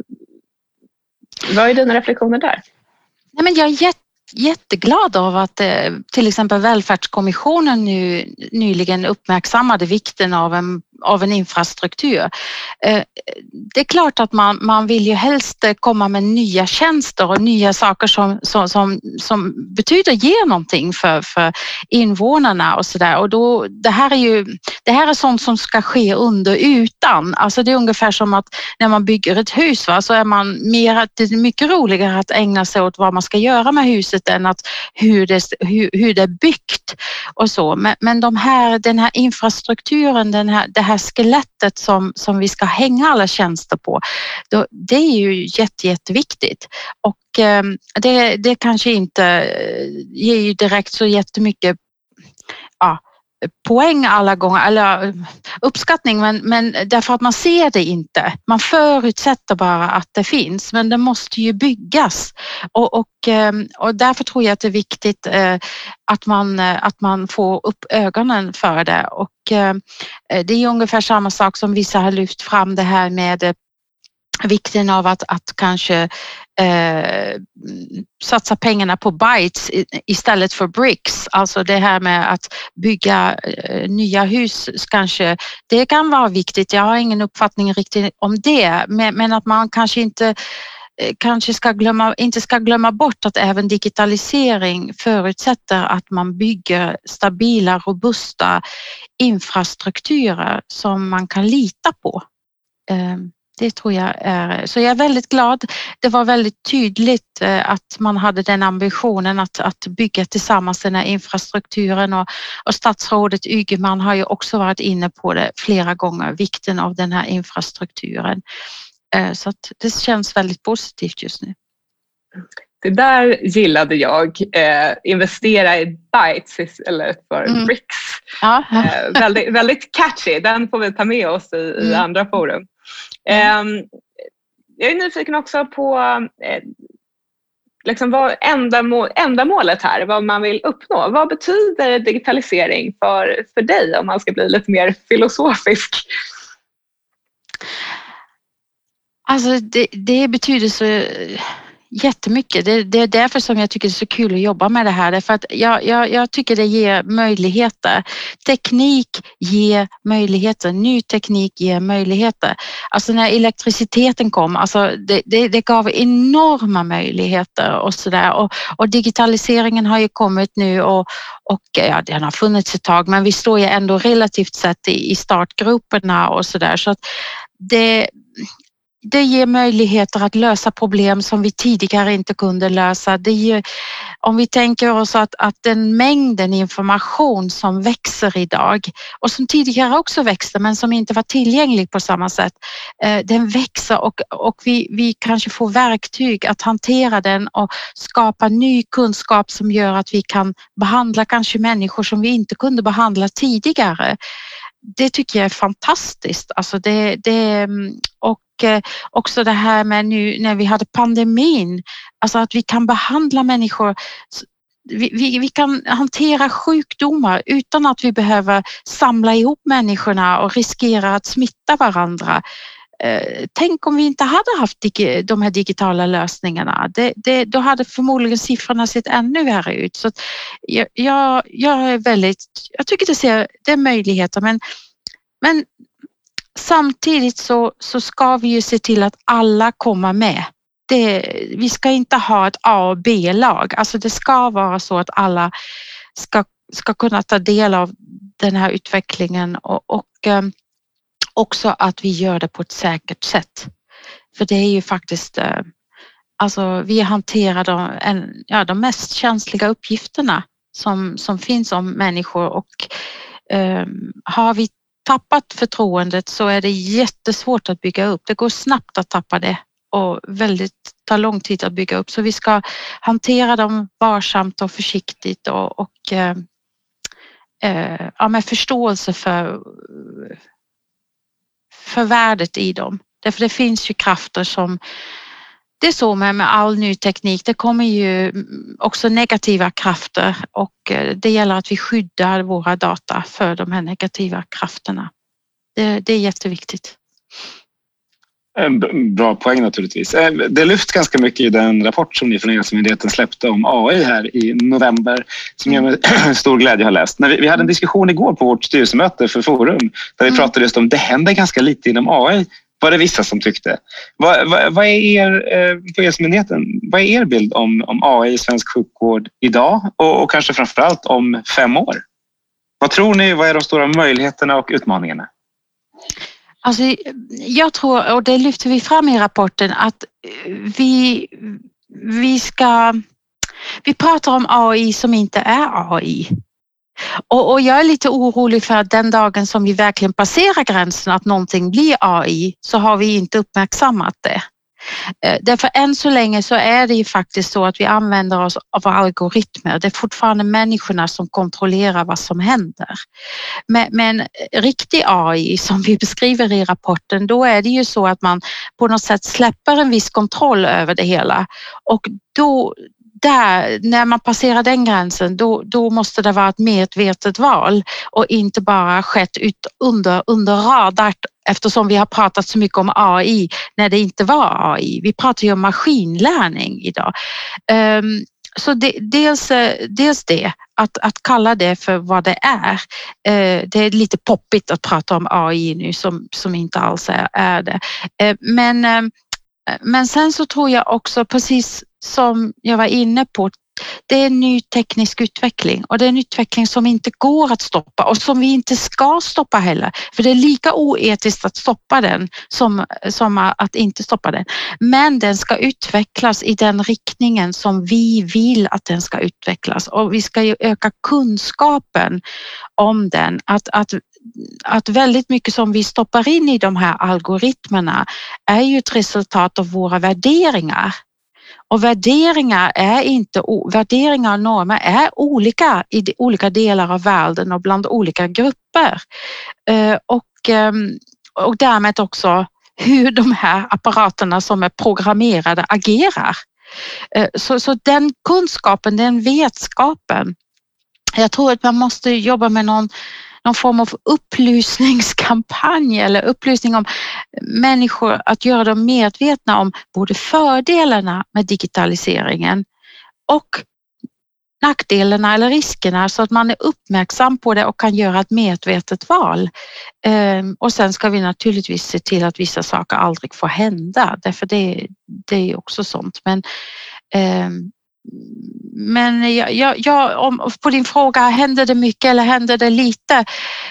Vad är dina reflektioner där? Nej, men jag är jätte jätteglad av att till exempel Välfärdskommissionen nu nyligen uppmärksammade vikten av en, av en infrastruktur. Det är klart att man, man vill ju helst komma med nya tjänster och nya saker som, som, som, som betyder ge någonting för, för invånarna och sådär. Och då, det här är ju det här är sånt som ska ske under ytan. Alltså det är ungefär som att när man bygger ett hus va, så är man mer, det är mycket roligare att ägna sig åt vad man ska göra med huset än att hur det, hur, hur det är byggt och så. Men, men de här, den här infrastrukturen, den här, det här skelettet som, som vi ska hänga alla tjänster på, då, det är ju jätte, jätteviktigt. Och eh, det, det kanske inte ger ju direkt så jättemycket ja, poäng alla gånger, eller uppskattning, men, men därför att man ser det inte. Man förutsätter bara att det finns, men det måste ju byggas. Och, och, och därför tror jag att det är viktigt att man, att man får upp ögonen för det. Och det är ungefär samma sak som vissa har lyft fram det här med vikten av att, att kanske eh, satsa pengarna på bytes istället för bricks. Alltså det här med att bygga eh, nya hus kanske, det kan vara viktigt. Jag har ingen uppfattning riktigt om det, men, men att man kanske inte eh, kanske ska glömma, inte ska glömma bort att även digitalisering förutsätter att man bygger stabila, robusta infrastrukturer som man kan lita på. Eh, Det tror jag är, så jag är väldigt glad. Det var väldigt tydligt att man hade den ambitionen att, att bygga tillsammans den här infrastrukturen och, och statsrådet Ygeman har ju också varit inne på det flera gånger, vikten av den här infrastrukturen. Så att det känns väldigt positivt just nu. Det där gillade jag, eh, investera i bytes eller för mm. bricks. Ja. Eh, väldigt, väldigt catchy. Den får vi ta med oss i, i Mm. andra forum. Eh, jag är nyfiken också på eh, liksom vad ändamål, ändamålet här, vad man vill uppnå. Vad betyder digitalisering för, för dig, om man ska bli lite mer filosofisk? Alltså det, det betyder så jättemycket. Det, det är därför som jag tycker det är så kul att jobba med det här. Därför att jag, jag, jag tycker det ger möjligheter. Teknik ger möjligheter. Ny teknik ger möjligheter. Alltså när elektriciteten kom, alltså det, det, det gav enorma möjligheter och sådär. Och, och digitaliseringen har ju kommit nu och, och ja, den har funnits ett tag, men vi står ju ändå relativt sett i, i startgrupperna och sådär. Så att det Det ger möjligheter att lösa problem som vi tidigare inte kunde lösa. Det ger, om vi tänker oss att, att den mängden information som växer idag och som tidigare också växte men som inte var tillgänglig på samma sätt, eh, den växer och, och vi, vi kanske får verktyg att hantera den och skapa ny kunskap som gör att vi kan behandla kanske människor som vi inte kunde behandla tidigare. Det tycker jag är fantastiskt. Alltså det, det, och också det här med nu när vi hade pandemin, alltså att vi kan behandla människor, vi, vi, vi kan hantera sjukdomar utan att vi behöver samla ihop människorna och riskera att smitta varandra. Tänk om vi inte hade haft de här digitala lösningarna. Det, det, då hade förmodligen siffrorna sett ännu värre ut. Så jag, jag, jag är väldigt, jag tycker det ser, det är möjligheter, men, men samtidigt så, så ska vi ju se till att alla kommer med. Det, vi ska inte ha ett A- och B-lag. Alltså det ska vara så att alla ska, ska kunna ta del av den här utvecklingen och, och också att vi gör det på ett säkert sätt. För det är ju faktiskt, alltså vi hanterar de, en, ja, de mest känsliga uppgifterna som, som finns om människor och um, har vi tappat förtroendet så är det jättesvårt att bygga upp. Det går snabbt att tappa det och väldigt tar lång tid att bygga upp. Så vi ska hantera dem varsamt och försiktigt och, och uh, uh, ja, med förståelse för för värdet i dem. Därför det finns ju krafter som, det är så med, med all ny teknik, det kommer ju också negativa krafter och det gäller att vi skyddar våra data för de här negativa krafterna. Det, det är jätteviktigt. En bra poäng naturligtvis. Det lyft ganska mycket i den rapport som ni från E-hälsomyndigheten släppte om A I här i november som jag med stor glädje har läst. När vi, vi hade en diskussion igår på vårt styrelsemöte för Forum där vi mm. pratade just om det händer ganska lite inom A I, var det vissa som tyckte. Vad, vad, vad är er, på E-hälsomyndigheten, vad är er bild om, om A I i svensk sjukvård idag och, och kanske framförallt om fem år? Vad tror ni, vad är de stora möjligheterna och utmaningarna? Alltså, jag tror, och det lyfter vi fram i rapporten, att vi, vi ska, vi pratar om A I som inte är A I. Och, och jag är lite orolig för att den dagen som vi verkligen passerar gränsen att någonting blir A I så har vi inte uppmärksammat det. Därför än så länge så är det ju faktiskt så att vi använder oss av algoritmer. Det är fortfarande människorna som kontrollerar vad som händer. Men, men riktig A I som vi beskriver i rapporten, då är det ju så att man på något sätt släpper en viss kontroll över det hela och då där, när man passerar den gränsen, då, då måste det vara ett medvetet val och inte bara skett ut under, under radar eftersom vi har pratat så mycket om A I när det inte var A I. Vi pratar ju om maskinlärning idag. Um, så det, dels, dels det, att, att kalla det för vad det är. Uh, det är lite poppigt att prata om A I nu som, som inte alls är, är det. Uh, men, uh, men sen så tror jag också, precis som jag var inne på, det är en ny teknisk utveckling och det är en utveckling som inte går att stoppa och som vi inte ska stoppa heller. För det är lika oetiskt att stoppa den som, som att inte stoppa den. Men den ska utvecklas i den riktningen som vi vill att den ska utvecklas och vi ska ju öka kunskapen om den. Att, att, att väldigt mycket som vi stoppar in i de här algoritmerna är ju ett resultat av våra värderingar. Och värderingar är inte, värderingar och normer är olika i de, olika delar av världen och bland olika grupper. Och, och därmed också hur de här apparaterna som är programmerade agerar. Så, så den kunskapen, den vetskapen, jag tror att man måste jobba med någon, någon form av upplysningskampanj eller upplysning om människor, att göra dem medvetna om både fördelarna med digitaliseringen och nackdelarna eller riskerna, så att man är uppmärksam på det och kan göra ett medvetet val. Och sen ska vi naturligtvis se till att vissa saker aldrig får hända, därför det, det är också sånt. Men Men jag, jag, jag, om, på din fråga, händer det mycket eller händer det lite?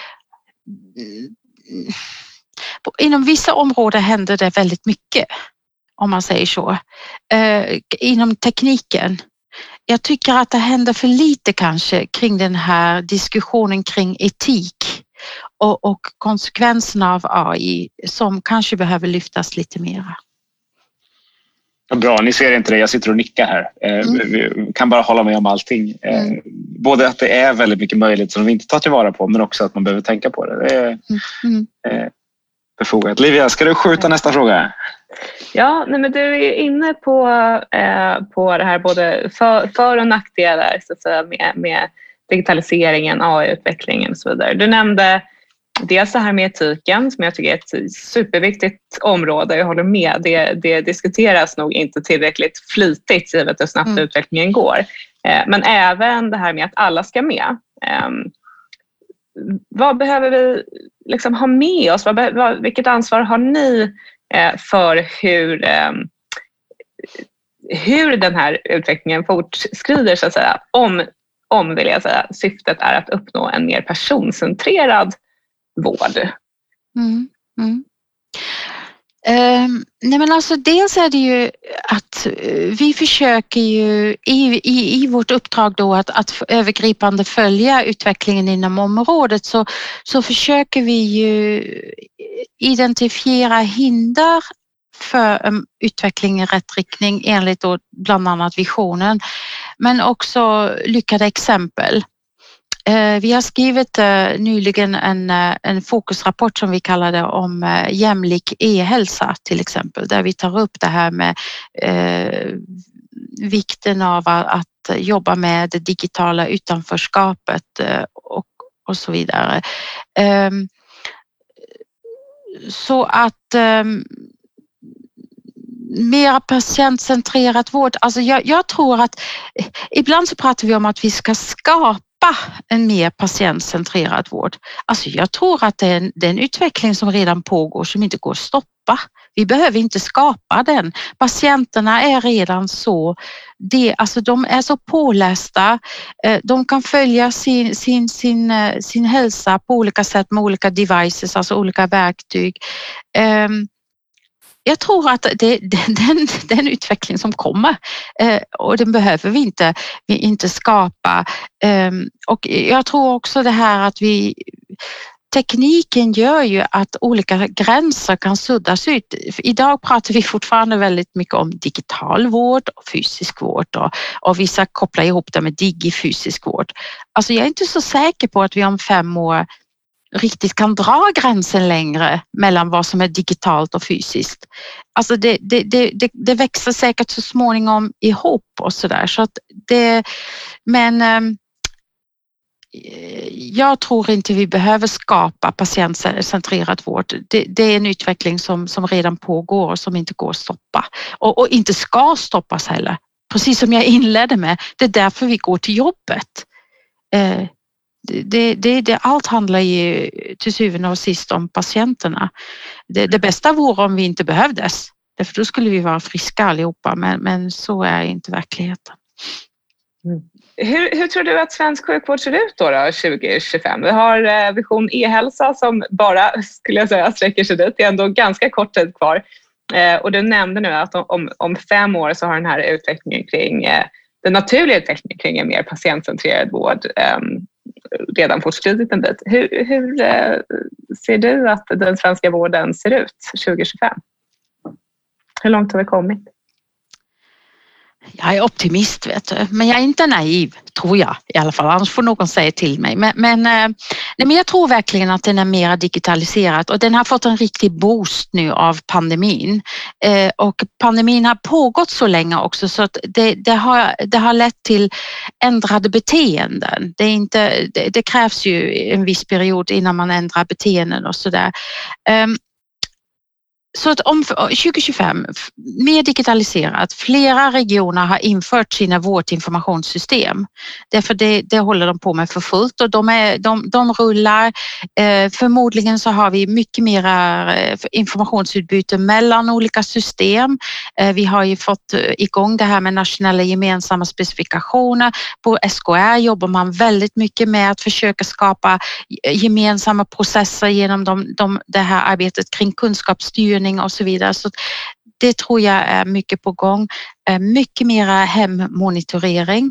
Inom vissa områden händer det väldigt mycket, om man säger så. Eh, inom tekniken. Jag tycker att det händer för lite kanske kring den här diskussionen kring etik och, och konsekvenserna av A I, som kanske behöver lyftas lite mer. Bra, ni ser inte det. Jag sitter och nickar här. Mm. Vi kan bara hålla med om allting. Mm. Både att det är väldigt mycket möjligt som vi inte tar tillvara på, men också att man behöver tänka på det. Det är mm. befogat. Livia, ska du skjuta nästa fråga? Ja, nej men du är inne på, eh, på det här både för, för- och nackdelar så att säga, med, med digitaliseringen, A I-utvecklingen och så vidare. Du nämnde dels det här med etiken, som jag tycker är ett superviktigt område. Jag håller med. Det, det diskuteras nog inte tillräckligt flitigt givet hur snabbt mm. utvecklingen går. Eh, men även det här med att alla ska med. Eh, vad behöver vi liksom ha med oss? Vad, vad, vilket ansvar har ni eh, för hur, eh, hur den här utvecklingen fortskrider, så att säga? Om, om vill jag säga, syftet är att uppnå en mer personcentrerad vård. Mm, mm. Um, nej men alltså dels är det ju att vi försöker ju i, i, i vårt uppdrag då att, att övergripande följa utvecklingen inom området, så, så försöker vi ju identifiera hinder för um, utveckling i rätt riktning enligt då bland annat visionen, men också lyckade exempel. Vi har skrivit nyligen en, en fokusrapport som vi kallade om jämlik e-hälsa till exempel, där vi tar upp det här med eh, vikten av att jobba med det digitala utanförskapet och, och så vidare. Eh, så att eh, mera patientcentrerat vård, alltså jag, jag tror att ibland så pratar vi om att vi ska skapa en mer patientcentrerad vård. Alltså jag tror att det är, en, det är en utveckling som redan pågår som inte går att stoppa. Vi behöver inte skapa den. Patienterna är redan så, det, alltså de är så pålästa. De kan följa sin, sin, sin, sin hälsa på olika sätt med olika devices, alltså olika verktyg. Jag tror att det är den, den utveckling som kommer eh, och den behöver vi inte, vi inte skapa. Eh, och jag tror också det här att vi, tekniken gör ju att olika gränser kan suddas ut. Idag pratar vi fortfarande väldigt mycket om digital vård och fysisk vård och, och vissa kopplar ihop det med digifysisk vård. Alltså jag är inte så säker på att vi om fem år riktigt kan dra gränsen längre mellan vad som är digitalt och fysiskt. Alltså det, det, det, det växer säkert så småningom ihop och sådär. Så att det, men eh, jag tror inte vi behöver skapa patientcentrerad vård. Det, det är en utveckling som, som redan pågår och som inte går att stoppa. Och, och inte ska stoppas heller. Precis som jag inledde med. Det är därför vi går till jobbet. Eh, Det, det, det, allt handlar ju till syvende och sist om patienterna. Det, det bästa vore om vi inte behövdes. Därför då skulle vi vara friska allihopa, men, men så är inte verkligheten. Mm. Hur, hur tror du att svensk sjukvård ser ut då, då tjugo tjugofem? Vi har Vision e-hälsa som bara, skulle jag säga, sträcker sig dit. Det är ändå ganska kort tid kvar. Eh, och du nämnde nu att om, om fem år så har den här utvecklingen kring, eh, den naturliga utvecklingen kring en mer patientcentrerad vård eh, redan fortskridit en bit. Hur, hur eh, ser du att den svenska vården ser ut tjugo tjugofem? Hur långt har vi kommit? Jag är optimist, vet du. Men jag är inte naiv, tror jag i alla fall. Annars får någon säga till mig. Men, men, nej, men jag tror verkligen att den är mer digitaliserad och den har fått en riktig boost nu av pandemin. Eh, och pandemin har pågått så länge också så att det, det, har, det har lett till ändrade beteenden. Det, är inte, det, det krävs ju en viss period innan man ändrar beteenden och sådär. Um, Så att om tjugo tjugofem, mer digitaliserat, flera regioner har infört sina vårdinformationssystem. Därför det, det håller de på med för fullt och de, är, de, de rullar. Eh, förmodligen så har vi mycket mer informationsutbyte mellan olika system. Eh, vi har ju fått igång det här med nationella gemensamma specifikationer. På S K R jobbar man väldigt mycket med att försöka skapa gemensamma processer genom de, de, det här arbetet kring kunskapsstyrning och så vidare. Så det tror jag är mycket på gång. Mycket mera hemmonitorering,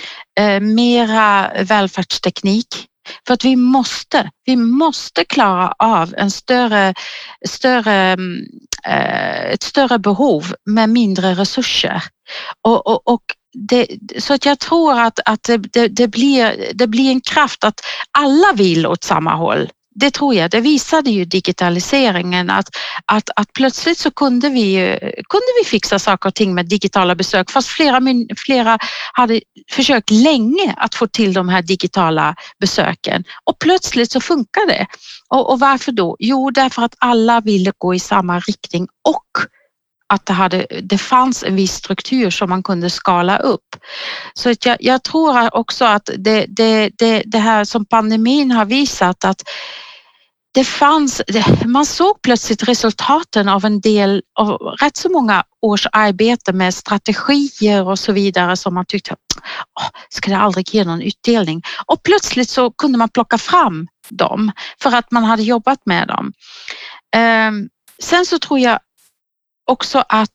mera välfärdsteknik. För att vi måste, vi måste klara av en större, större, ett större behov med mindre resurser. Och, och, och det, så att jag tror att, att det, det, blir, det blir en kraft att alla vill åt samma håll. Det tror jag, det visade ju digitaliseringen att, att, att plötsligt så kunde vi, kunde vi fixa saker och ting med digitala besök fast flera, flera hade försökt länge att få till de här digitala besöken och plötsligt så funkar det. Och, och varför då? Jo, därför att alla ville gå i samma riktning och att det, hade, det fanns en viss struktur som man kunde skala upp. Så att jag, jag tror också att det, det, det, det här som pandemin har visat att det fanns, man såg plötsligt resultaten av en del av rätt så många års arbete med strategier och så vidare som man tyckte, åh, ska det aldrig ge någon utdelning? Och plötsligt så kunde man plocka fram dem för att man hade jobbat med dem. Sen så tror jag också att,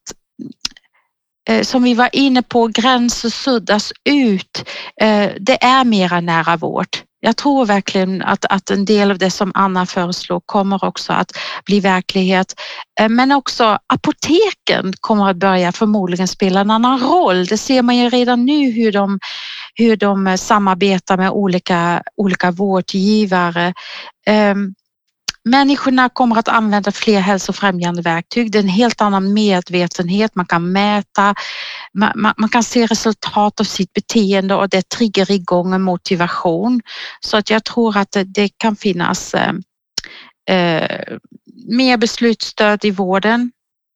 som vi var inne på, gränser suddas ut. Det är mera nära vård. Jag tror verkligen att, att en del av det som Anna föreslår kommer också att bli verklighet. Men också apoteken kommer att börja förmodligen spela en annan roll. Det ser man ju redan nu hur de, hur de samarbetar med olika, olika vårdgivare. Människorna kommer att använda fler hälsofrämjande verktyg. Det är en helt annan medvetenhet. Man kan mäta, man, man, man kan se resultat av sitt beteende och det triggar igång en motivation. Så att jag tror att det, det kan finnas eh, eh, mer beslutsstöd i vården.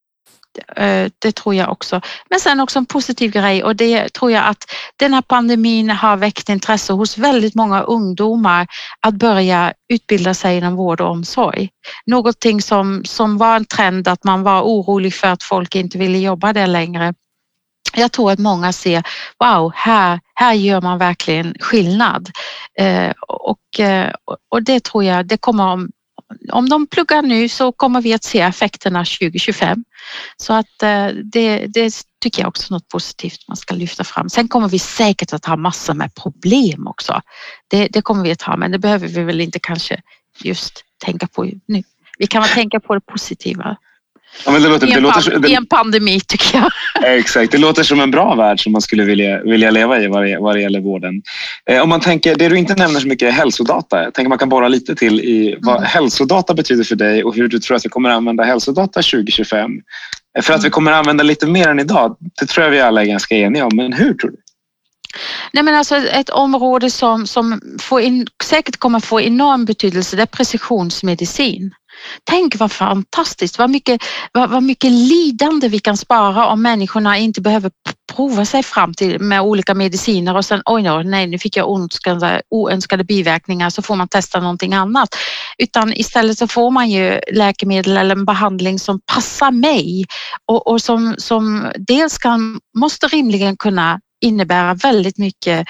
Det tror jag också. Men sen också en positiv grej och det tror jag att den här pandemin har väckt intresse hos väldigt många ungdomar att börja utbilda sig inom vård och omsorg. Någonting som, som var en trend att man var orolig för att folk inte ville jobba där längre. Jag tror att många ser, wow, här, här gör man verkligen skillnad. Eh, och, och det tror jag, det kommer om Om de pluggar nu så kommer vi att se effekterna tjugo tjugofem. Så att det, det tycker jag också är något positivt man ska lyfta fram. Sen kommer vi säkert att ha massor med problem också. Det, det kommer vi att ha, men det behöver vi väl inte kanske just tänka på nu. Vi kan väl tänka på det positiva. Ja, men det låter, I, en det låter, det, I en pandemi tycker jag. Exakt, det låter som en bra värld som man skulle vilja, vilja leva i vad det, vad det gäller vården. Eh, om man tänker, det du inte nämner så mycket är hälsodata. Jag tänker man kan borra lite till i vad mm. hälsodata betyder för dig och hur du tror att vi kommer att använda hälsodata tjugo tjugofem. För att mm. vi kommer att använda lite mer än idag, det tror jag vi alla är ganska eniga om. Men hur tror du? Nej, men alltså ett område som, som får in, säkert kommer att få enorm betydelse, det är precisionsmedicin. Tänk vad fantastiskt, vad mycket, vad, vad mycket lidande vi kan spara om människorna inte behöver prova sig fram till med olika mediciner och sen oj no, nej nu fick jag oönskade, oönskade biverkningar så får man testa någonting annat. Utan istället så får man ju läkemedel eller en behandling som passar mig och, och som, som dels kan, måste rimligen kunna innebära väldigt mycket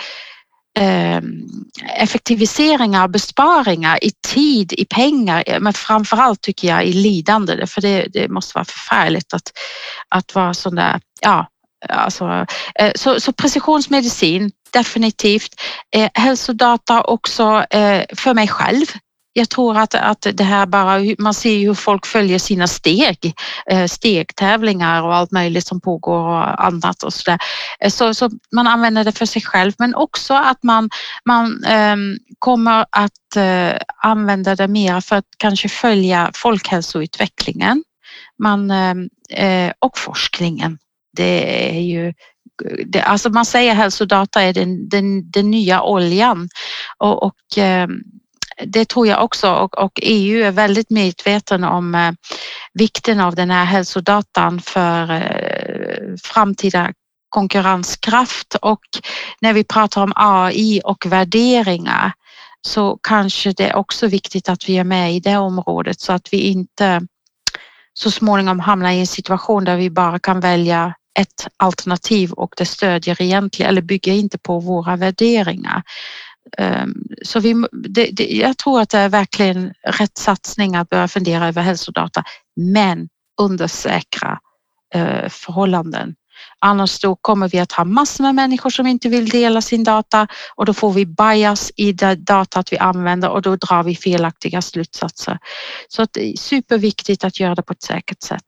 effektiviseringar och besparingar i tid, i pengar, men framförallt tycker jag i lidande, för det, det måste vara förfärligt att, att vara sån där, ja, alltså, så, så precisionsmedicin definitivt, hälsodata också för mig själv. jag tror att, att det här bara, man ser ju hur folk följer sina steg, stegtävlingar och allt möjligt som pågår och annat och sådär. Så, så man använder det för sig själv, men också att man, man um, kommer att uh, använda det mer för att kanske följa folkhälsoutvecklingen man, uh, och forskningen. Det är ju Det, alltså man säger hälsodata är den, den, den nya oljan och, och eh, det tror jag också och, och E U är väldigt medveten om eh, vikten av den här hälsodatan för eh, framtida konkurrenskraft, och när vi pratar om A I och värderingar så kanske det är också viktigt att vi är med i det området så att vi inte så småningom hamnar i en situation där vi bara kan välja ett alternativ och det stödjer egentligen eller bygger inte på våra värderingar. Så vi, det, det, jag tror att det är verkligen rätt satsning att börja fundera över hälsodata, men under säkra eh, förhållanden. Annars då kommer vi att ha massor med människor som inte vill dela sin data och då får vi bias i det datat vi använder och då drar vi felaktiga slutsatser. Så det är superviktigt att göra det på ett säkert sätt.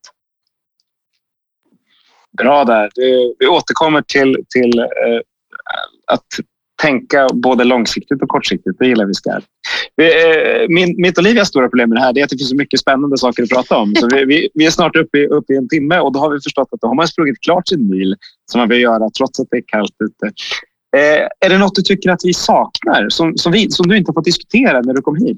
Bra där. Vi återkommer till, till eh, att tänka både långsiktigt och kortsiktigt. Det gillar vi skarpt. Min, mitt och Livias stora problem med det här är att det finns så mycket spännande saker att prata om. Så vi, vi, vi är snart uppe i, uppe i en timme och då har vi förstått att då har man sprungit klart sin mil som man vill göra trots att det är kallt ute. Eh, är det något du tycker att vi saknar som, som, vi, som du inte fått diskutera när du kom hit?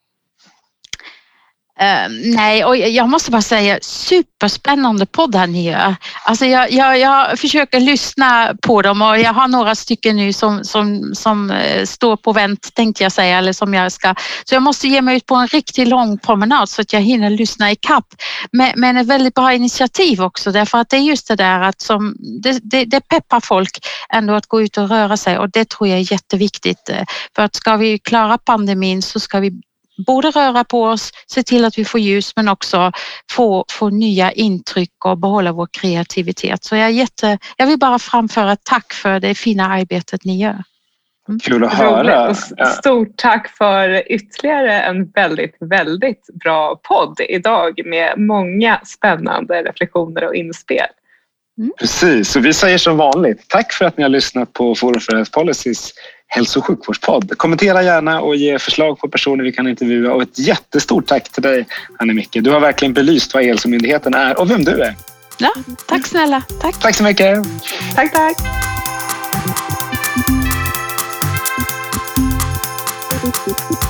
Uh, nej, och jag måste bara säga superspännande poddar ni gör. Alltså jag, jag, jag försöker lyssna på dem och jag har några stycken nu som, som, som uh, står på vänt tänkte jag säga, eller som jag ska. Så jag måste ge mig ut på en riktigt lång promenad så att jag hinner lyssna i kapp. Men, men ett väldigt bra initiativ också, därför att det är just det där att som, det, det, det peppar folk ändå att gå ut och röra sig, och det tror jag är jätteviktigt. För att ska vi klara pandemin så ska vi både röra på oss, se till att vi får ljus, men också få, få nya intryck och behålla vår kreativitet. Så jag, är jätte, jag vill bara framföra ett tack för det fina arbetet ni gör. Mm. Kul att höra. Stort tack för ytterligare en väldigt, väldigt bra podd idag med många spännande reflektioner och inspel. Mm. Precis, så vi säger som vanligt tack för att ni har lyssnat på Forum för Health Policys hälso- och sjukvårdspodd. Kommentera gärna och ge förslag på personer vi kan intervjua, och ett jättestort tack till dig, Anne-Micke. Du har verkligen belyst vad E-hälsomyndigheten är och vem du är. Ja, tack snälla. Tack. Tack så mycket. Tack, tack.